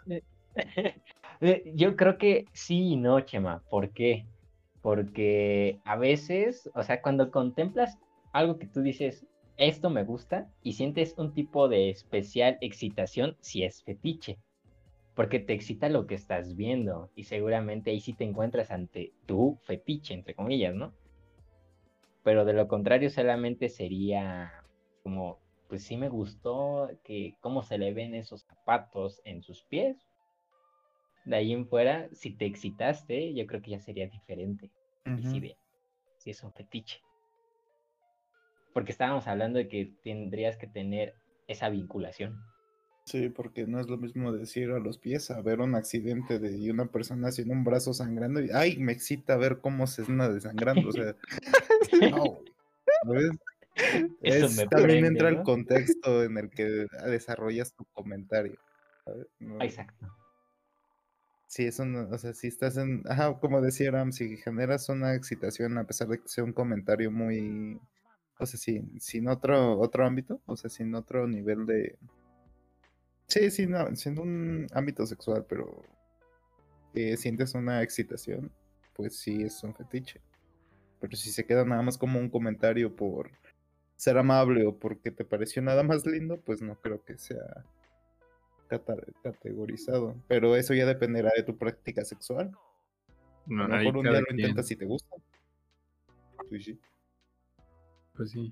Yo creo que sí y no, Chema. ¿Por qué? Porque a veces, o sea, cuando contemplas algo que tú dices, esto me gusta, y sientes un tipo de especial excitación, si es fetiche, porque te excita lo que estás viendo, y seguramente ahí sí te encuentras ante tu fetiche, entre comillas, ¿no? Pero de lo contrario solamente sería como, pues sí me gustó que cómo se le ven esos zapatos en sus pies. De ahí en fuera, si te excitaste, yo creo que ya sería diferente. Y Ujú. si es un fetiche. Porque estábamos hablando de que tendrías que tener esa vinculación. Sí, porque no es lo mismo decir a los pies a ver un accidente de una persona sin un brazo sangrando y ¡ay! Me excita ver cómo se anda desangrando. O sea, no, ¿sabes? Eso me También prende, entra el ¿no? contexto en el que desarrollas tu comentario, ¿sabes? Exacto. Si es o sea, si estás como decía Ram, si generas una excitación a pesar de que sea un comentario muy, o sea, sin otro ámbito, o sea, sin otro nivel de, sí, sin un ámbito sexual, pero sientes una excitación, pues sí es un fetiche. Pero si se queda nada más como un comentario por ser amable o porque te pareció nada más lindo, pues no creo que sea categorizado. Pero eso ya dependerá de tu práctica sexual. A No, lo ahí mejor un día cada lo intentas quien, si te gusta. Pues sí. pues sí,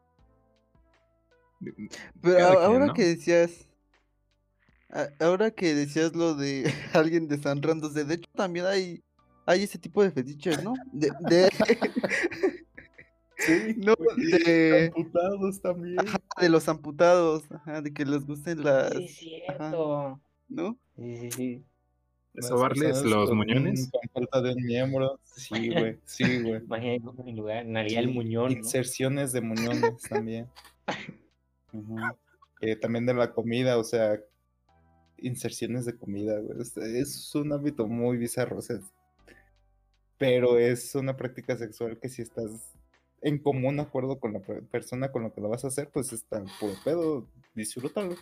Pero cada quien, ahora que ¿no? decías, ahora que decías lo de alguien desangrándose, de hecho también hay ese tipo de fetiches, ¿no? Sí, No, güey. de, Amputados ajá, también. de los amputados, ajá, de que les gusten Sí, es ajá, cierto. ¿no? Sí, sí, sí. Las Sobarles personas los con, muñones. con falta de un miembro. Sí, güey. Sí, güey. Imagínate en lugar, nalguear el Sí. muñón, ¿no? Inserciones de muñones también. Ujú. También de la comida, o sea, inserciones de comida, güey. Es un ámbito muy bizarro, o sea, pero es una práctica sexual que si estás en común acuerdo con la persona con la que lo vas a hacer, pues está puro pedo, disfrútalo,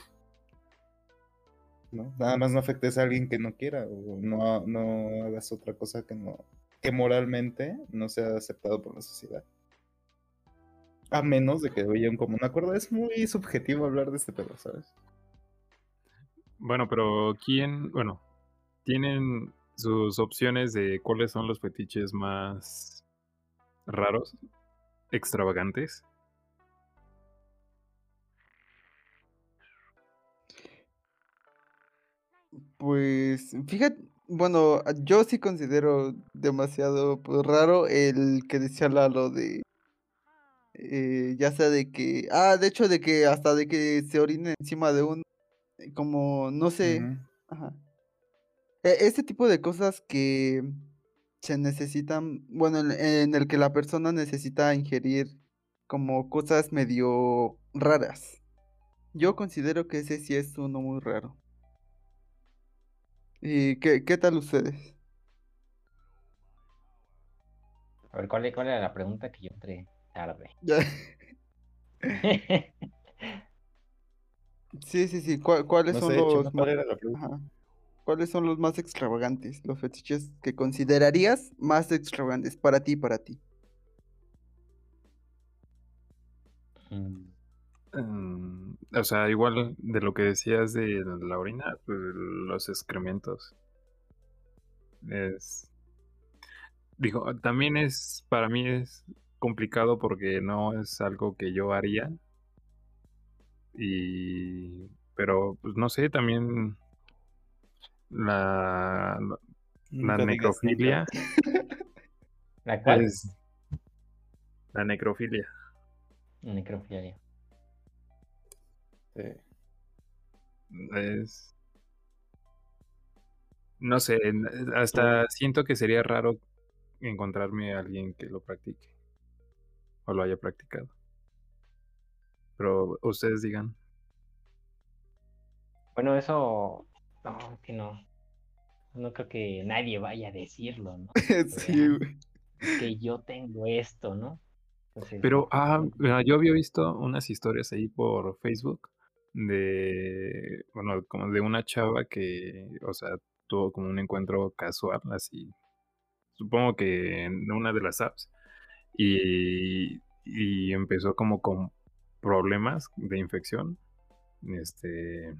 ¿no? Nada más no afectes a alguien que no quiera o no hagas otra cosa que moralmente no sea aceptado por la sociedad. A menos de que haya un común acuerdo. Es muy subjetivo hablar de este pedo, ¿sabes? Bueno, pero bueno, tienen sus opciones de cuáles son los fetiches más raros, extravagantes. Pues fíjate, bueno, yo sí considero demasiado pues, raro el que decía Lalo de, ya sea de que, de hecho de que hasta de que se orine encima de un, como, no sé, Ujú. ajá. Este tipo de cosas que se necesitan, bueno, en el que la persona necesita ingerir como cosas medio raras. Yo considero que ese sí es uno muy raro. ¿Y qué tal ustedes? A ver, ¿cuál era la pregunta que yo entré tarde? Ya. Sí, sí, sí. ¿Cuáles No son sé, Chema, los más, ¿cuál era la pregunta? ajá, cuáles son los más extravagantes, los fetiches que considerarías más extravagantes para ti, para ti? Mm, O sea, igual de lo que decías de la orina, pues, los excrementos. Es, digo, también para mí es complicado porque no es algo que yo haría. Pero, pues no sé, también la, la Nunca digas nunca. necrofilia ¿La cual? es la necrofilia. Necrofilia. Sí. Es, no sé, Tú, hasta siento que sería raro encontrarme a alguien que lo practique o lo haya practicado. Pero ustedes digan. Bueno, eso. No, que no. No creo que nadie vaya a decirlo, ¿no? Sí, Ah, güey. es que yo tengo esto, ¿no? Entonces, Pero, mira, yo había visto unas historias ahí por Facebook de, bueno, como de una chava que, o sea, tuvo como un encuentro casual, así, supongo que en una de las apps, y empezó como con problemas de infección, este,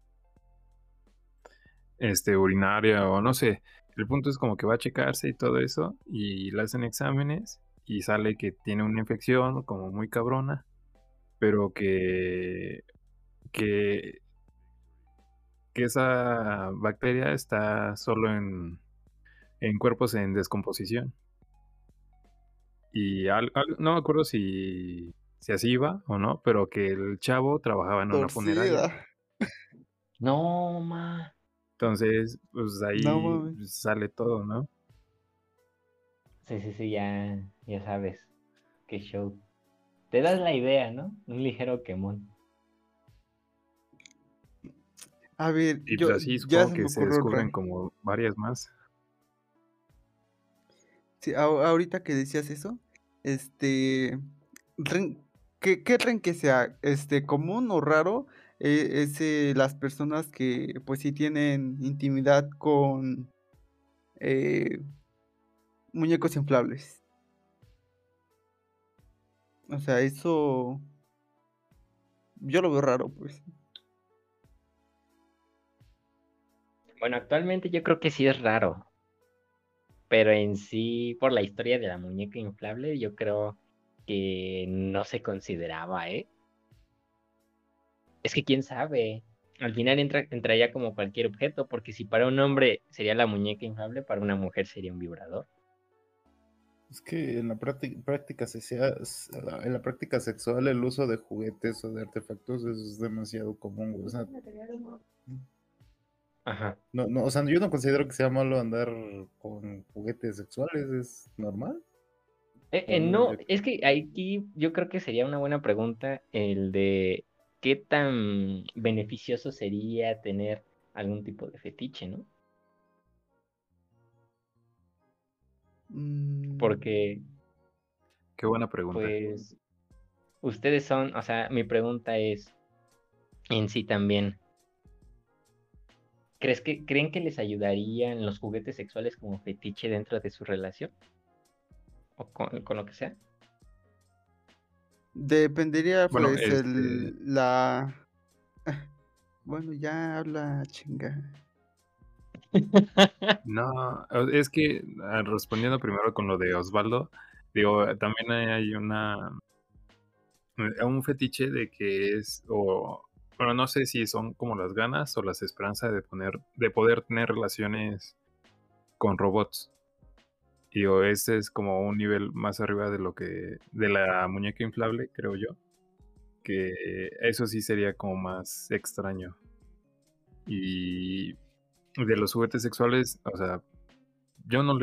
urinaria o no sé. El punto es como que va a checarse y todo eso, y le hacen exámenes y sale que tiene una infección como muy cabrona, pero que, que esa bacteria está solo en cuerpos en descomposición. Y no me acuerdo si así iba o no, pero que el chavo trabajaba en una funeraria. Torcida. no, ma. Entonces, pues No ahí mames. sale todo, ¿no? Sí, ya sabes. Qué show. Te das la idea, ¿no? Un ligero quemón. A ver, Y pues así ya supongo se que me se ocurrió descubren otra. como varias más. Sí, ahorita que decías eso, este, ren- ¿qué creen que sea? ¿Común o raro? Las personas que pues sí tienen intimidad con eh, muñecos inflables. O sea, eso yo lo veo raro, pues. Bueno, actualmente yo creo que sí es raro. Pero en sí, por la historia de la muñeca inflable, yo creo que no se consideraba, ¿eh? Es que quién sabe. Al final entraría como cualquier objeto, porque si para un hombre sería la muñeca inflable, para una mujer sería un vibrador. Es que en la en la práctica sexual el uso de juguetes o de artefactos es demasiado común, güey. O sea, Ajá. no, o sea, yo no considero que sea malo andar con juguetes sexuales, es normal. O al menos No, yo. es que aquí yo creo que sería una buena pregunta el de qué tan beneficioso sería tener algún tipo de fetiche, ¿no? Mm, Porque, Qué buena pregunta. pues, ustedes son, o sea, mi pregunta es en sí también, ¿creen que les ayudarían los juguetes sexuales como fetiche dentro de su relación? ¿O con lo que sea? dependería, Bueno, pues, la... Bueno, ya habla chinga. no, es que respondiendo primero con lo de Osvaldo, digo, también hay un fetiche de que es, bueno, no sé si son como las ganas o las esperanzas de poder tener relaciones con robots. Y digo, ese es como un nivel más arriba de la muñeca inflable, creo yo, que eso sí sería como más extraño. Y de los juguetes sexuales, o sea, yo no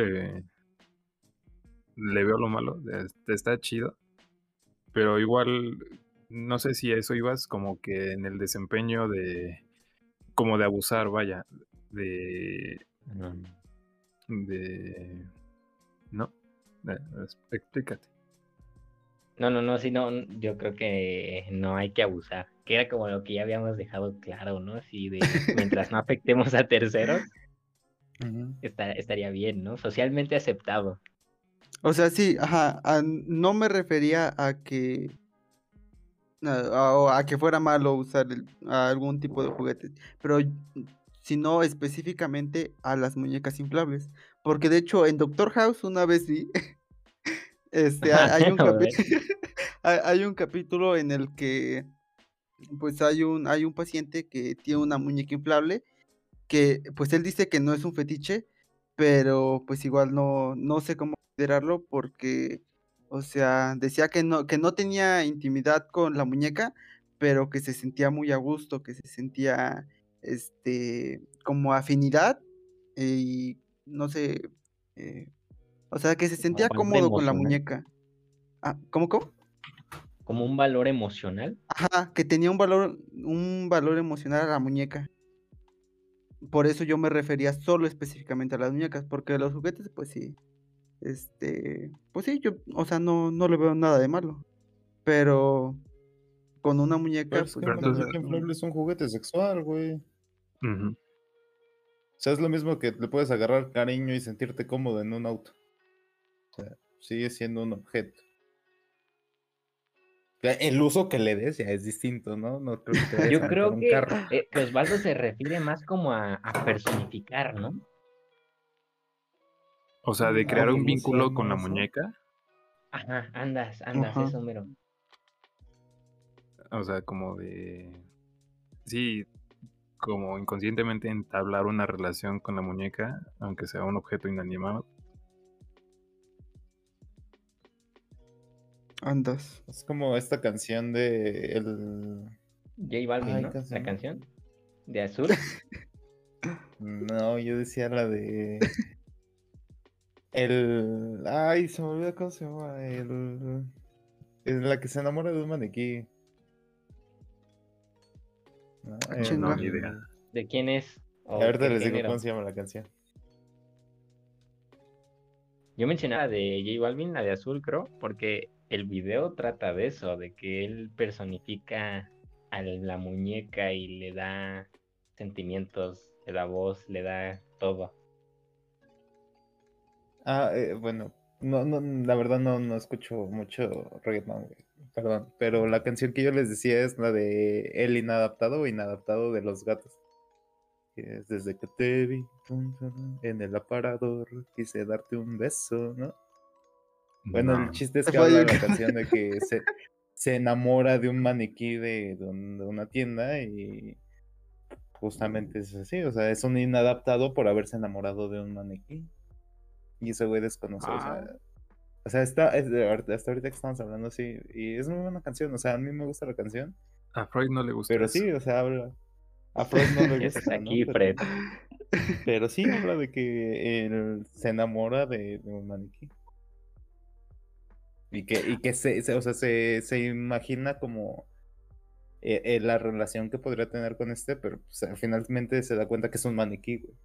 le veo lo malo, está chido, pero igual, no sé si a eso ibas como que en el desempeño como de abusar, vaya, de, No, de, ¿no? Explícate. no, sí, no, yo creo que no hay que abusar, que era como lo que ya habíamos dejado claro, ¿no? Así de, mientras no afectemos a terceros, Ujú. estaría bien, ¿no? Socialmente aceptado. O sea, sí, ajá, no me refería a que a que fuera malo usar algún tipo de juguetes, pero sino específicamente a las muñecas inflables, porque de hecho en Doctor House una vez vi, hay un A ver. hay un capítulo en el que pues hay un paciente que tiene una muñeca inflable que pues él dice que no es un fetiche, pero pues igual no sé cómo considerarlo porque, o sea, decía que no tenía intimidad con la muñeca, pero que se sentía muy a gusto, que se sentía, como afinidad y no sé, eh, o sea, que se Como sentía valor cómodo con la emocional. muñeca. Ah, ¿cómo? Como un valor emocional. Ajá, que tenía un valor emocional a la muñeca. Por eso yo me refería solo específicamente a las muñecas, porque los juguetes, pues sí. pues sí, yo, o sea, no le veo nada de malo. Pero con una Pero muñeca, es que pues Pero un la entonces, verdad, muñeca inflable es un juguete sexual, güey. ujú. O sea, es lo mismo que le puedes agarrar cariño y sentirte cómodo en un auto. O sea, sigue siendo un objeto. Ya, el uso que le des ya es distinto, ¿no? No creo que te vayas a Yo meter creo un que, carro. que Osvaldo se refiere más como a personificar, ¿no? O sea, de crear un ¿Cómo se vínculo con llama la eso? muñeca, Ajá, andas, Ajá. eso mero. o sea, como de, sí, como inconscientemente entablar una relación con la muñeca, aunque sea un objeto inanimado. Andas. Es como esta canción de el... J Balvin, Ay, ¿no? ¿cómo se La llama? canción de Azul. No, yo decía la de... El... Ay, se me olvidó cómo se llama. La que se enamora de un maniquí. ¿No? No, Chinga. ni idea. ¿De quién es? ¿O Ahorita qué les digo género? cómo se llama la canción. Yo mencionaba de J Balvin, la de Azul, creo, porque el video trata de eso, de que él personifica a la muñeca y le da sentimientos, le da voz, le da todo. Bueno, la verdad no escucho mucho reggaetón, güey. Perdón, pero la canción que yo les decía es la de El Inadaptado o Inadaptado de Los Gatos. Que es desde que te vi en el aparador, quise darte un beso, ¿no? Bueno, el No. chiste es Se que fue habla ahí. la canción de que se enamora de un maniquí de una tienda y justamente es así, o sea, es un inadaptado por haberse enamorado de un maniquí. Y ese güey desconoce, Ah, o sea, hasta ahorita que estamos hablando así, y es muy buena canción, o sea, a mí me gusta la canción, a Freud no le gusta pero eso. sí, o sea, a Freud no le ¿Qué haces gusta, ¿no? aquí, Fred? Pero sí habla de que él se enamora de un maniquí. Y que o sea, se imagina como la relación que podría tener con pero pues, finalmente se da cuenta que es un maniquí, güey.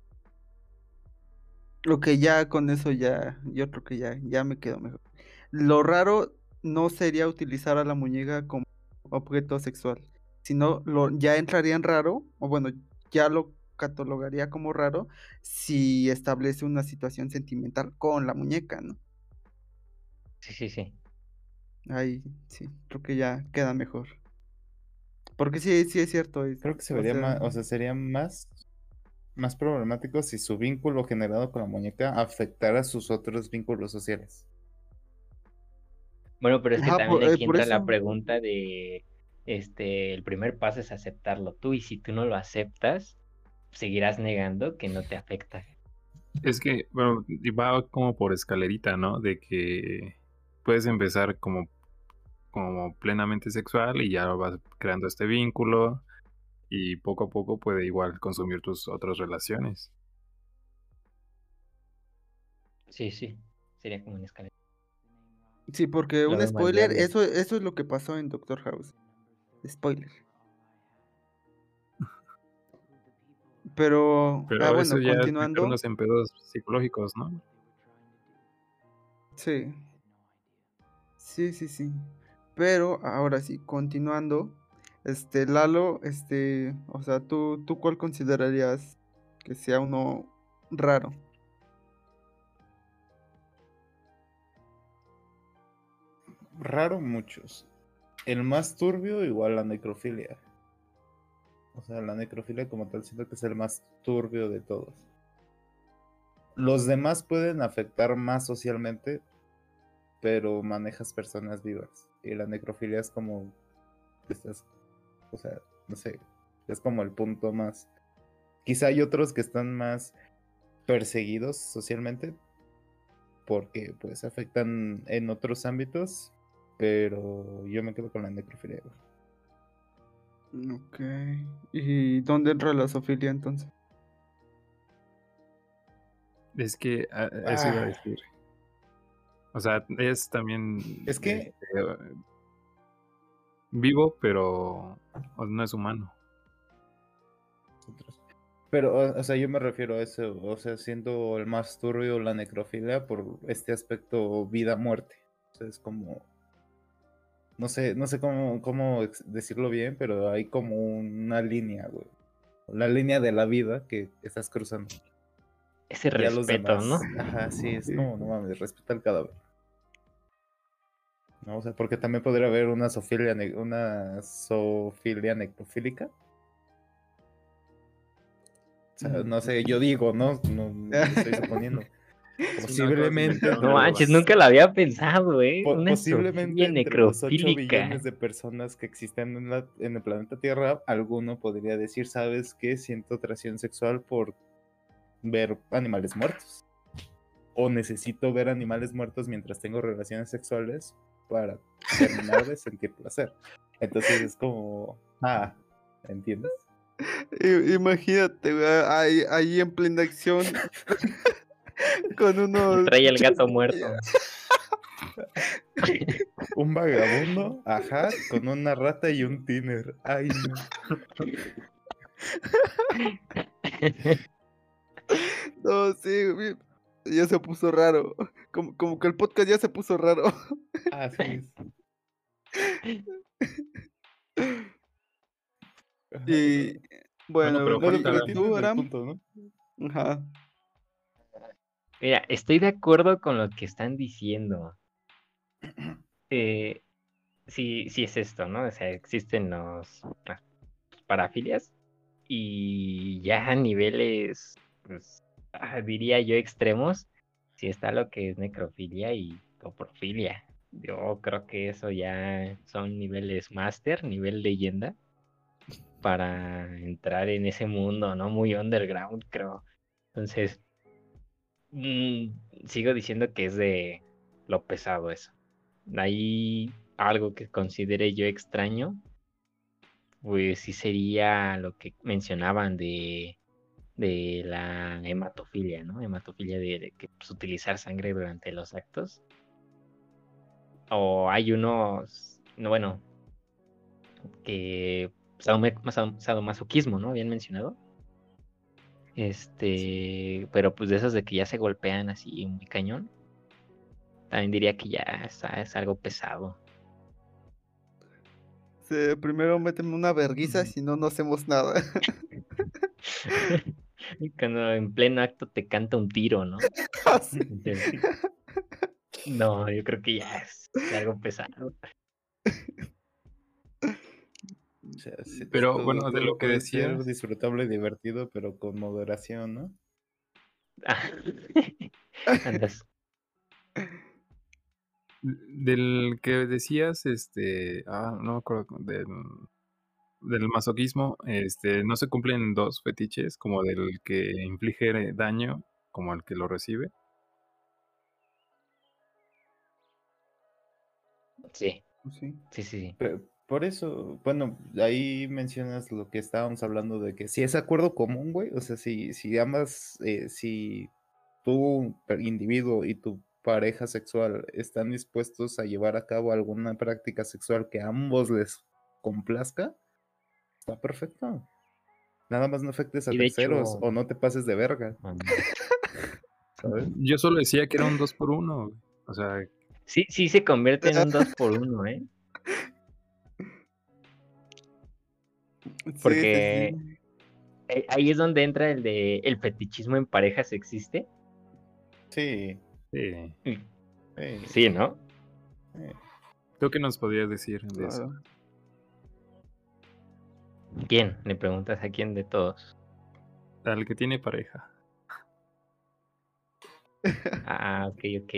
Ok, ya con eso ya, yo creo que ya me quedo mejor. Lo raro no sería utilizar a la muñeca como objeto sexual, sino ya entraría en raro, o bueno, ya lo catalogaría como raro si establece una situación sentimental con la muñeca, ¿no? Sí, sí, sí. Ahí sí, creo que ya queda mejor. Porque sí es cierto, Creo que se o vería sea, más, o sea, sería más problemático si su vínculo generado con la muñeca afectara sus otros vínculos sociales. Bueno, pero es que ajá, también aquí por entra la eso. pregunta de, el primer paso es aceptarlo tú, y si tú no lo aceptas, seguirás negando que no te afecta. Es que, bueno, y va como por escalerita, ¿no? De que puedes empezar como plenamente sexual y ya vas creando este vínculo y poco a poco puede igual consumir tus otras relaciones. Sí, sí, sería como una escalera. Sí, porque Lo un veo más spoiler, viable. eso es lo que pasó en Doctor House. Spoiler. Pero, Pero eso bueno, ya es continuando. meternos en pedos psicológicos, ¿no? Sí, sí. Pero ahora sí, continuando. Lalo, o sea, ¿tú cuál considerarías que sea uno raro? Raro muchos. El más turbio, igual la necrofilia. O sea, la necrofilia como tal siento que es el más turbio de todos. Los demás pueden afectar más socialmente, pero manejas personas vivas. Y la necrofilia es como, estás, o sea, no sé, es como el punto más. Quizá hay otros que están más perseguidos socialmente, porque pues afectan en otros ámbitos, pero yo me quedo con la necrofilia, güey. Ok. ¿Y dónde entra la zoofilia entonces? Es que eso iba a Ah, decir. O sea, es también es que vivo, pero no es humano. Pero, o sea, yo me refiero a eso, o sea, siendo el más turbio la necrofilia por este aspecto vida-muerte. O sea, es como, no sé cómo decirlo bien, pero hay como una línea, güey. La línea de la vida que estás cruzando. Ese Ya los respeto, ¿no? demás, ajá, sí, es Sí. como, no mames, respeta el cadáver. No, o sea, porque también podría haber una zoofilia necrofílica. O sea, no sé, yo digo, no estoy suponiendo. Sí, no, acabas de Posiblemente inventar No una entre manches, nueva. los nunca lo había pensado, Una posiblemente zoofilia entre los 8 necrofílica. billones de personas que existen en el planeta Tierra, alguno podría decir, ¿sabes qué? Siento atracción sexual por ver animales muertos. O necesito ver animales muertos mientras tengo relaciones sexuales para terminar de sentir placer. Entonces es como, ¿entiendes? Imagínate, güey, ahí en plena acción con unos Trae el pinches- gato muerto. Un vagabundo, ajá, con una rata y un tiner. Ay, no. No, sí, güey, ya se puso raro. Como que el podcast ya se puso raro. Así es. Ajá, Y Bueno, bueno, pero lo falta. tú, entienden el Aram. punto, ¿no? Ajá. Mira, estoy de acuerdo con lo que están diciendo. Eh, sí es esto, ¿no? O sea, existen las parafilias y ya a niveles, pues, diría yo, extremos, sí está lo que es necrofilia y coprofilia. Yo creo que eso ya son niveles máster, nivel leyenda, para entrar en ese mundo, ¿no? Muy underground, creo. Entonces, mm, sigo diciendo que es de lo pesado eso. Ahí algo que considere yo extraño, pues sí sería lo que mencionaban de la hematofilia, ¿no? Hematofilia de que pues, utilizar sangre durante los actos. O hay unos, no, bueno, que sadomasoquismo, ¿no? Bien mencionado. Pero pues de esos de que ya se golpean así muy cañón. También diría que ya es algo pesado. Primero méteme una verguiza, si no, no hacemos nada. Cuando en pleno acto te canta un tiro, ¿no? Así. Entonces, no, yo creo que ya es algo pesado. O sea, sí, Pero todo, bueno, de todo lo que puede ser decías, disfrutable y divertido, pero con moderación, ¿no? Ah, Andas. del que decías, no me acuerdo, del masoquismo, no se cumplen dos fetiches, como del que inflige daño, como el que lo recibe. Sí, Sí. sí. Por eso, bueno, ahí mencionas lo que estábamos hablando de que si es acuerdo común, güey, o sea, si ambas, si tú, individuo y tu pareja sexual están dispuestos a llevar a cabo alguna práctica sexual que a ambos les complazca, está perfecto. Nada más no afectes a Y de terceros hecho, o no te pases de verga, ¿sabes? Yo solo decía que era un 2 por 1, güey. O sea, sí se convierte en un 2 por 1, ¿eh? Sí, sí, Porque sí. ahí es donde entra el fetichismo en parejas existe. Sí, sí. sí, Sí, ¿no? sí. ¿Tú qué nos podrías decir de eso? Claro. ¿Quién? Le preguntas a quién de todos. Al que tiene pareja. Ok.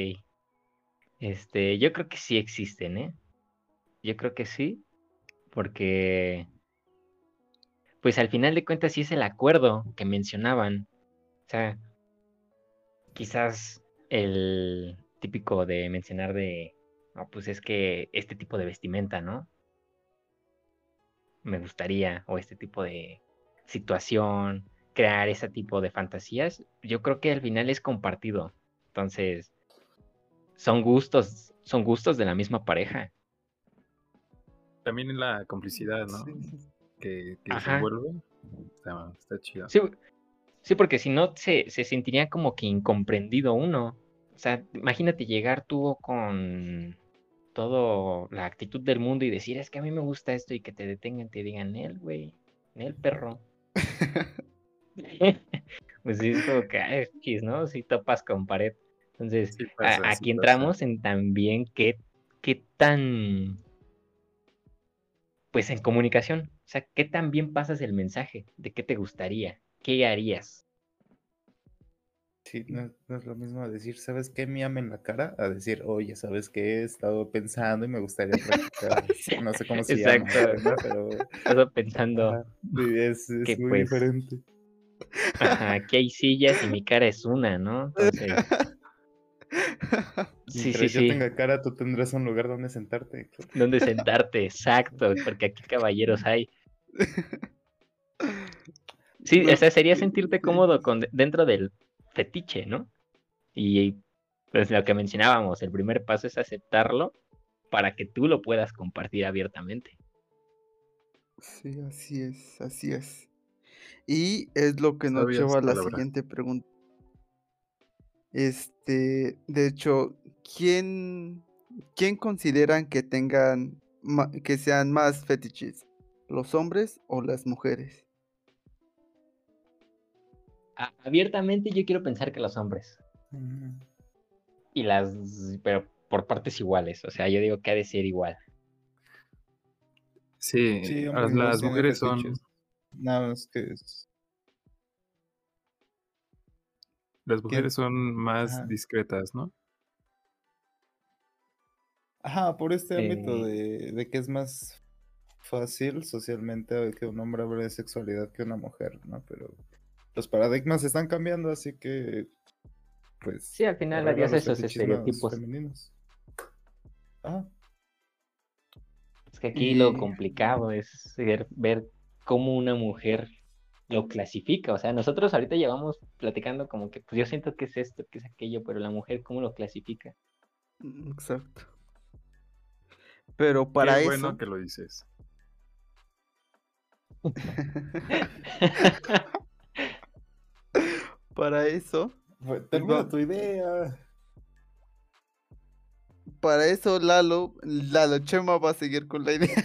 Yo creo que sí existen, ¿eh? Yo creo que sí, porque, pues al final de cuentas sí es el acuerdo que mencionaban. O sea, quizás el típico de mencionar no, pues es que este tipo de vestimenta, ¿no? Me gustaría, o este tipo de situación, crear ese tipo de fantasías, yo creo que al final es compartido. Entonces, son gustos de la misma pareja. También en la complicidad, ¿no? Sí, sí. Que se Ajá. envuelve. Está chido. Sí, Sí, porque si no se sentiría como que incomprendido uno. O sea, imagínate llegar tú con todo la actitud del mundo y decir, es que a mí me gusta esto y que te detengan, te digan, él, güey, él, perro. Pues sí, es como que, ay, X, ¿no? Si topas con pared. Entonces, Sí pasa, sí aquí pasa. entramos en también qué tan, pues en comunicación, o sea, qué tan bien pasas el mensaje, de qué te gustaría, qué harías. Sí, no es lo mismo decir, ¿sabes qué? Miame en la cara, a decir, oye, ¿sabes qué? He estado pensando y me gustaría practicar, no sé cómo se llama, Exacto. ¿no? Pero, Estaba pensando ajá, sí, que es muy pues, diferente. ajá, aquí hay sillas y mi cara es una, ¿no? Entonces, sí, sí, Mientras yo sí. tenga cara, tú tendrás un lugar donde sentarte. ¿Dónde sentarte? Exacto, porque aquí caballeros hay. Sí, o No, sea, sería sentirte sí. cómodo dentro del fetiche, ¿no? Y pues lo que mencionábamos, el primer paso es aceptarlo para que tú lo puedas compartir abiertamente. Sí, así es, así es. Y es lo que nos Sabias lleva a la palabras. siguiente pregunta. De hecho, ¿quién consideran que tengan, que sean más fetiches? ¿Los hombres o las mujeres? Abiertamente yo quiero pensar que los hombres. Mm. Y pero por partes iguales. O sea, yo digo que ha de ser igual. Sí, Sí, hombres y mujeres las tienen mujeres son, fetiches. Nada más que las que- mujeres son más ajá. discretas, ¿no? Ajá, por este ámbito Eh, de que es más fácil socialmente que un hombre hable de sexualidad que una mujer, ¿no? Pero los paradigmas están cambiando, así que sí, pues al final arregla adiós a los esos fetichismos estereotipos. femeninos. Ah, Es que aquí lo Y complicado es ver cómo una mujer lo clasifica. O sea, nosotros ahorita llevamos platicando como que, pues yo siento que es esto, que es aquello, pero la mujer, ¿cómo lo clasifica? exacto. Pero Qué para bueno eso, que lo dices. para eso, termina va- tu idea. para eso Lalo Chema va a seguir con la idea.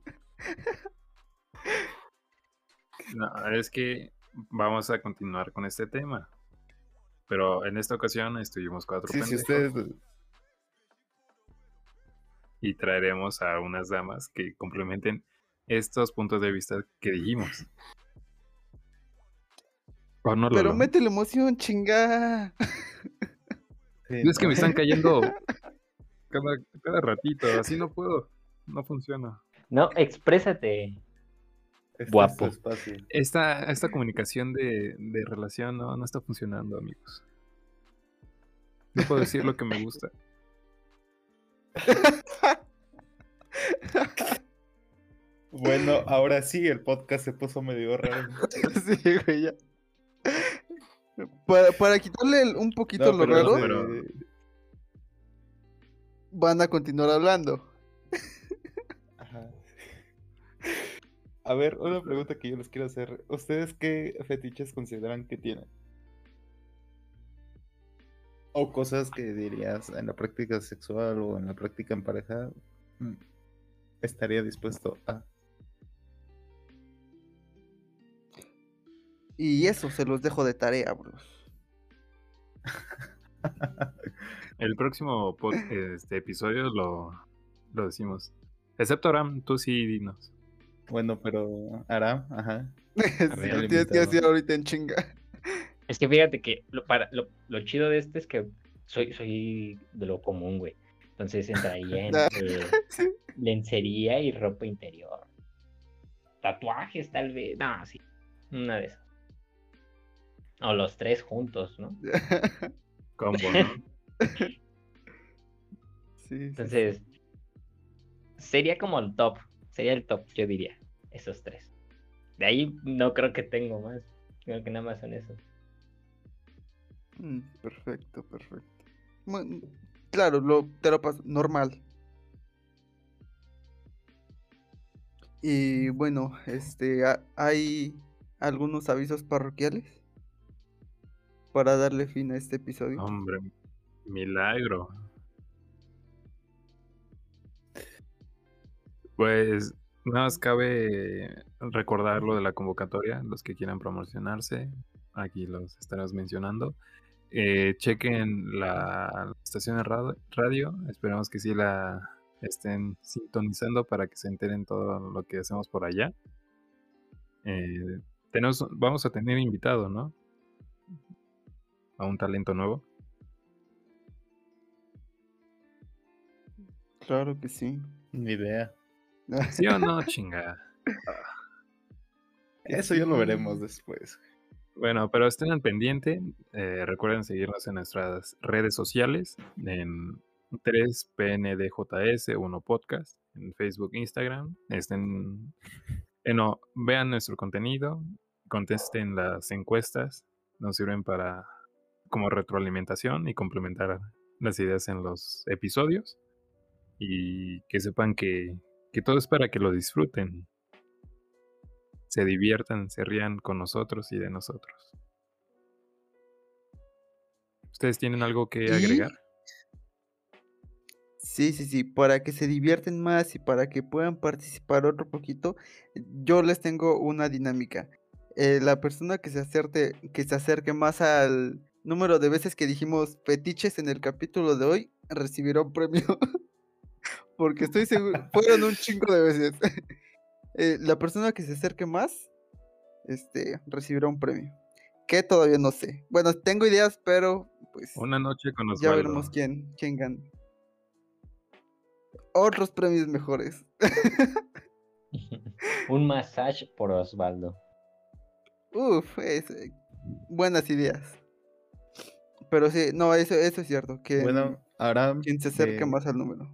No, es que vamos a continuar con este tema, pero en esta ocasión estuvimos cuatro Sí, si pendejos ustedes y traeremos a unas damas que complementen estos puntos de vista que dijimos. ¿O no, Pero Lolo? mete la emoción, chinga. sí, Es que ¿no? me están cayendo cada ratito, así no puedo, no funciona. No, exprésate, Este es tu guapo. espacio. Esta comunicación de relación no está funcionando, amigos. No puedo decir lo que me gusta. Bueno, ahora sí, el podcast se puso medio raro. Sí, güey, ya. Para quitarle un poquito No, lo pero No, raro, pero van a continuar hablando. ajá. A ver, una pregunta que yo les quiero hacer. ¿Ustedes qué fetiches consideran que tienen? O cosas que dirías en la práctica sexual o en la práctica en pareja, mm, estaría dispuesto a. Y eso se los dejo de tarea, bros. el próximo episodio lo decimos. Excepto Aram, tú sí dinos. Bueno, pero Aram, ajá, A Sí, ver, lo el tienes que invitado. decir ahorita en chinga. es que fíjate que lo chido de este es que soy de lo común, güey. Entonces entraría en Sí. lencería y ropa interior. Tatuajes, tal vez. No, sí. Una de esas. O los tres juntos, ¿no? Combo, ¿no? Sí, sí, sí. Entonces, sería como el top. Sería el top, yo diría. Esos tres. De ahí no creo que tengo más. Creo que nada más son esos. Perfecto, perfecto. Claro, te lo paso. Normal. Y bueno, hay algunos avisos parroquiales. para darle fin a este episodio. Hombre, milagro. Pues nada más cabe recordar lo de la convocatoria, los que quieran promocionarse, aquí los estaremos mencionando. Chequen la estación de radio, esperemos que sí la estén sintonizando para que se enteren todo lo que hacemos por allá. Vamos a tener invitado, ¿no? A un talento nuevo. Claro que sí. Ni idea. ¿Sí o no, chinga? Eso ya lo veremos después. Bueno, pero estén al pendiente. Recuerden seguirnos en nuestras redes sociales, en 3PNDJS1 Podcast, en Facebook, Instagram. Vean nuestro contenido, contesten las encuestas, nos sirven como retroalimentación y complementar las ideas en los episodios. Y que sepan que todo es para que lo disfruten, se diviertan, se rían con nosotros y de nosotros. ¿Ustedes tienen algo que agregar? Sí, para que se divierten más y para que puedan participar otro poquito, yo les tengo una dinámica. La persona que se acerque más al número de veces que dijimos fetiches en el capítulo de hoy, recibirá un premio. Porque estoy seguro, fueron un chingo de veces. La persona que se acerque más, recibirá un premio. Que todavía no sé. Bueno, tengo ideas, pero pues Una noche con ya Osvaldo. veremos quién gana. Otros premios mejores. Un masaje por Osvaldo. Buenas ideas. Pero sí, no, eso es cierto. Bueno, ahora Quien se acerca más al número.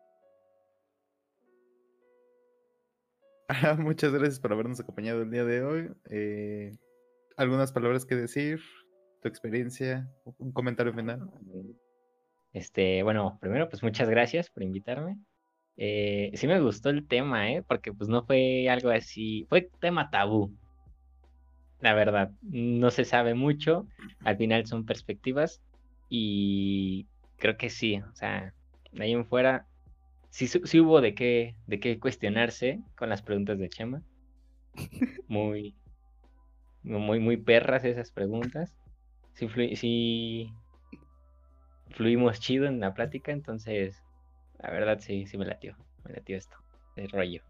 muchas gracias por habernos acompañado el día de hoy. ¿Algunas palabras que decir? ¿Tu experiencia? ¿Un comentario final? Bueno, primero, pues muchas gracias por invitarme. Sí me gustó el tema, porque pues no fue algo así, fue tema tabú. La verdad, no se sabe mucho, al final son perspectivas y creo que sí, o sea, de ahí en fuera sí hubo de qué cuestionarse con las preguntas de Chema. Muy, muy perras esas preguntas. Sí fluimos chido en la plática, entonces la verdad sí me latió esto, el rollo.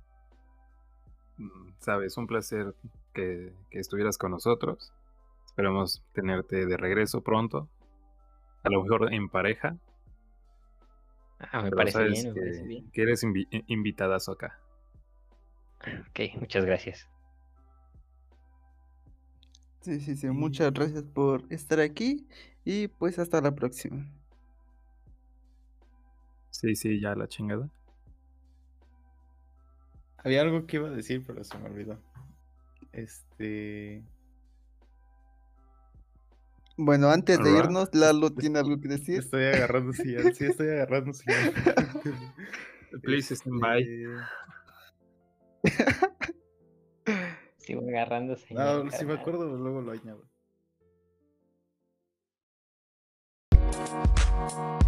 Sabes, un placer que estuvieras con nosotros. Esperamos tenerte de regreso pronto. A lo mejor en pareja. Me Pero parece sabes bien, me parece bien. que eres invitadazo acá. Ok, muchas gracias. Sí. Muchas gracias por estar aquí. Y pues hasta la próxima. Sí, ya la chingada. Había algo que iba a decir, pero se me olvidó. Bueno, antes de Alright. irnos, Lalo tiene algo que decir. Estoy agarrando señal. Sí, estoy agarrando señal. Please stand by. Sigo agarrando No, señal, si me carnal. acuerdo, luego lo añado.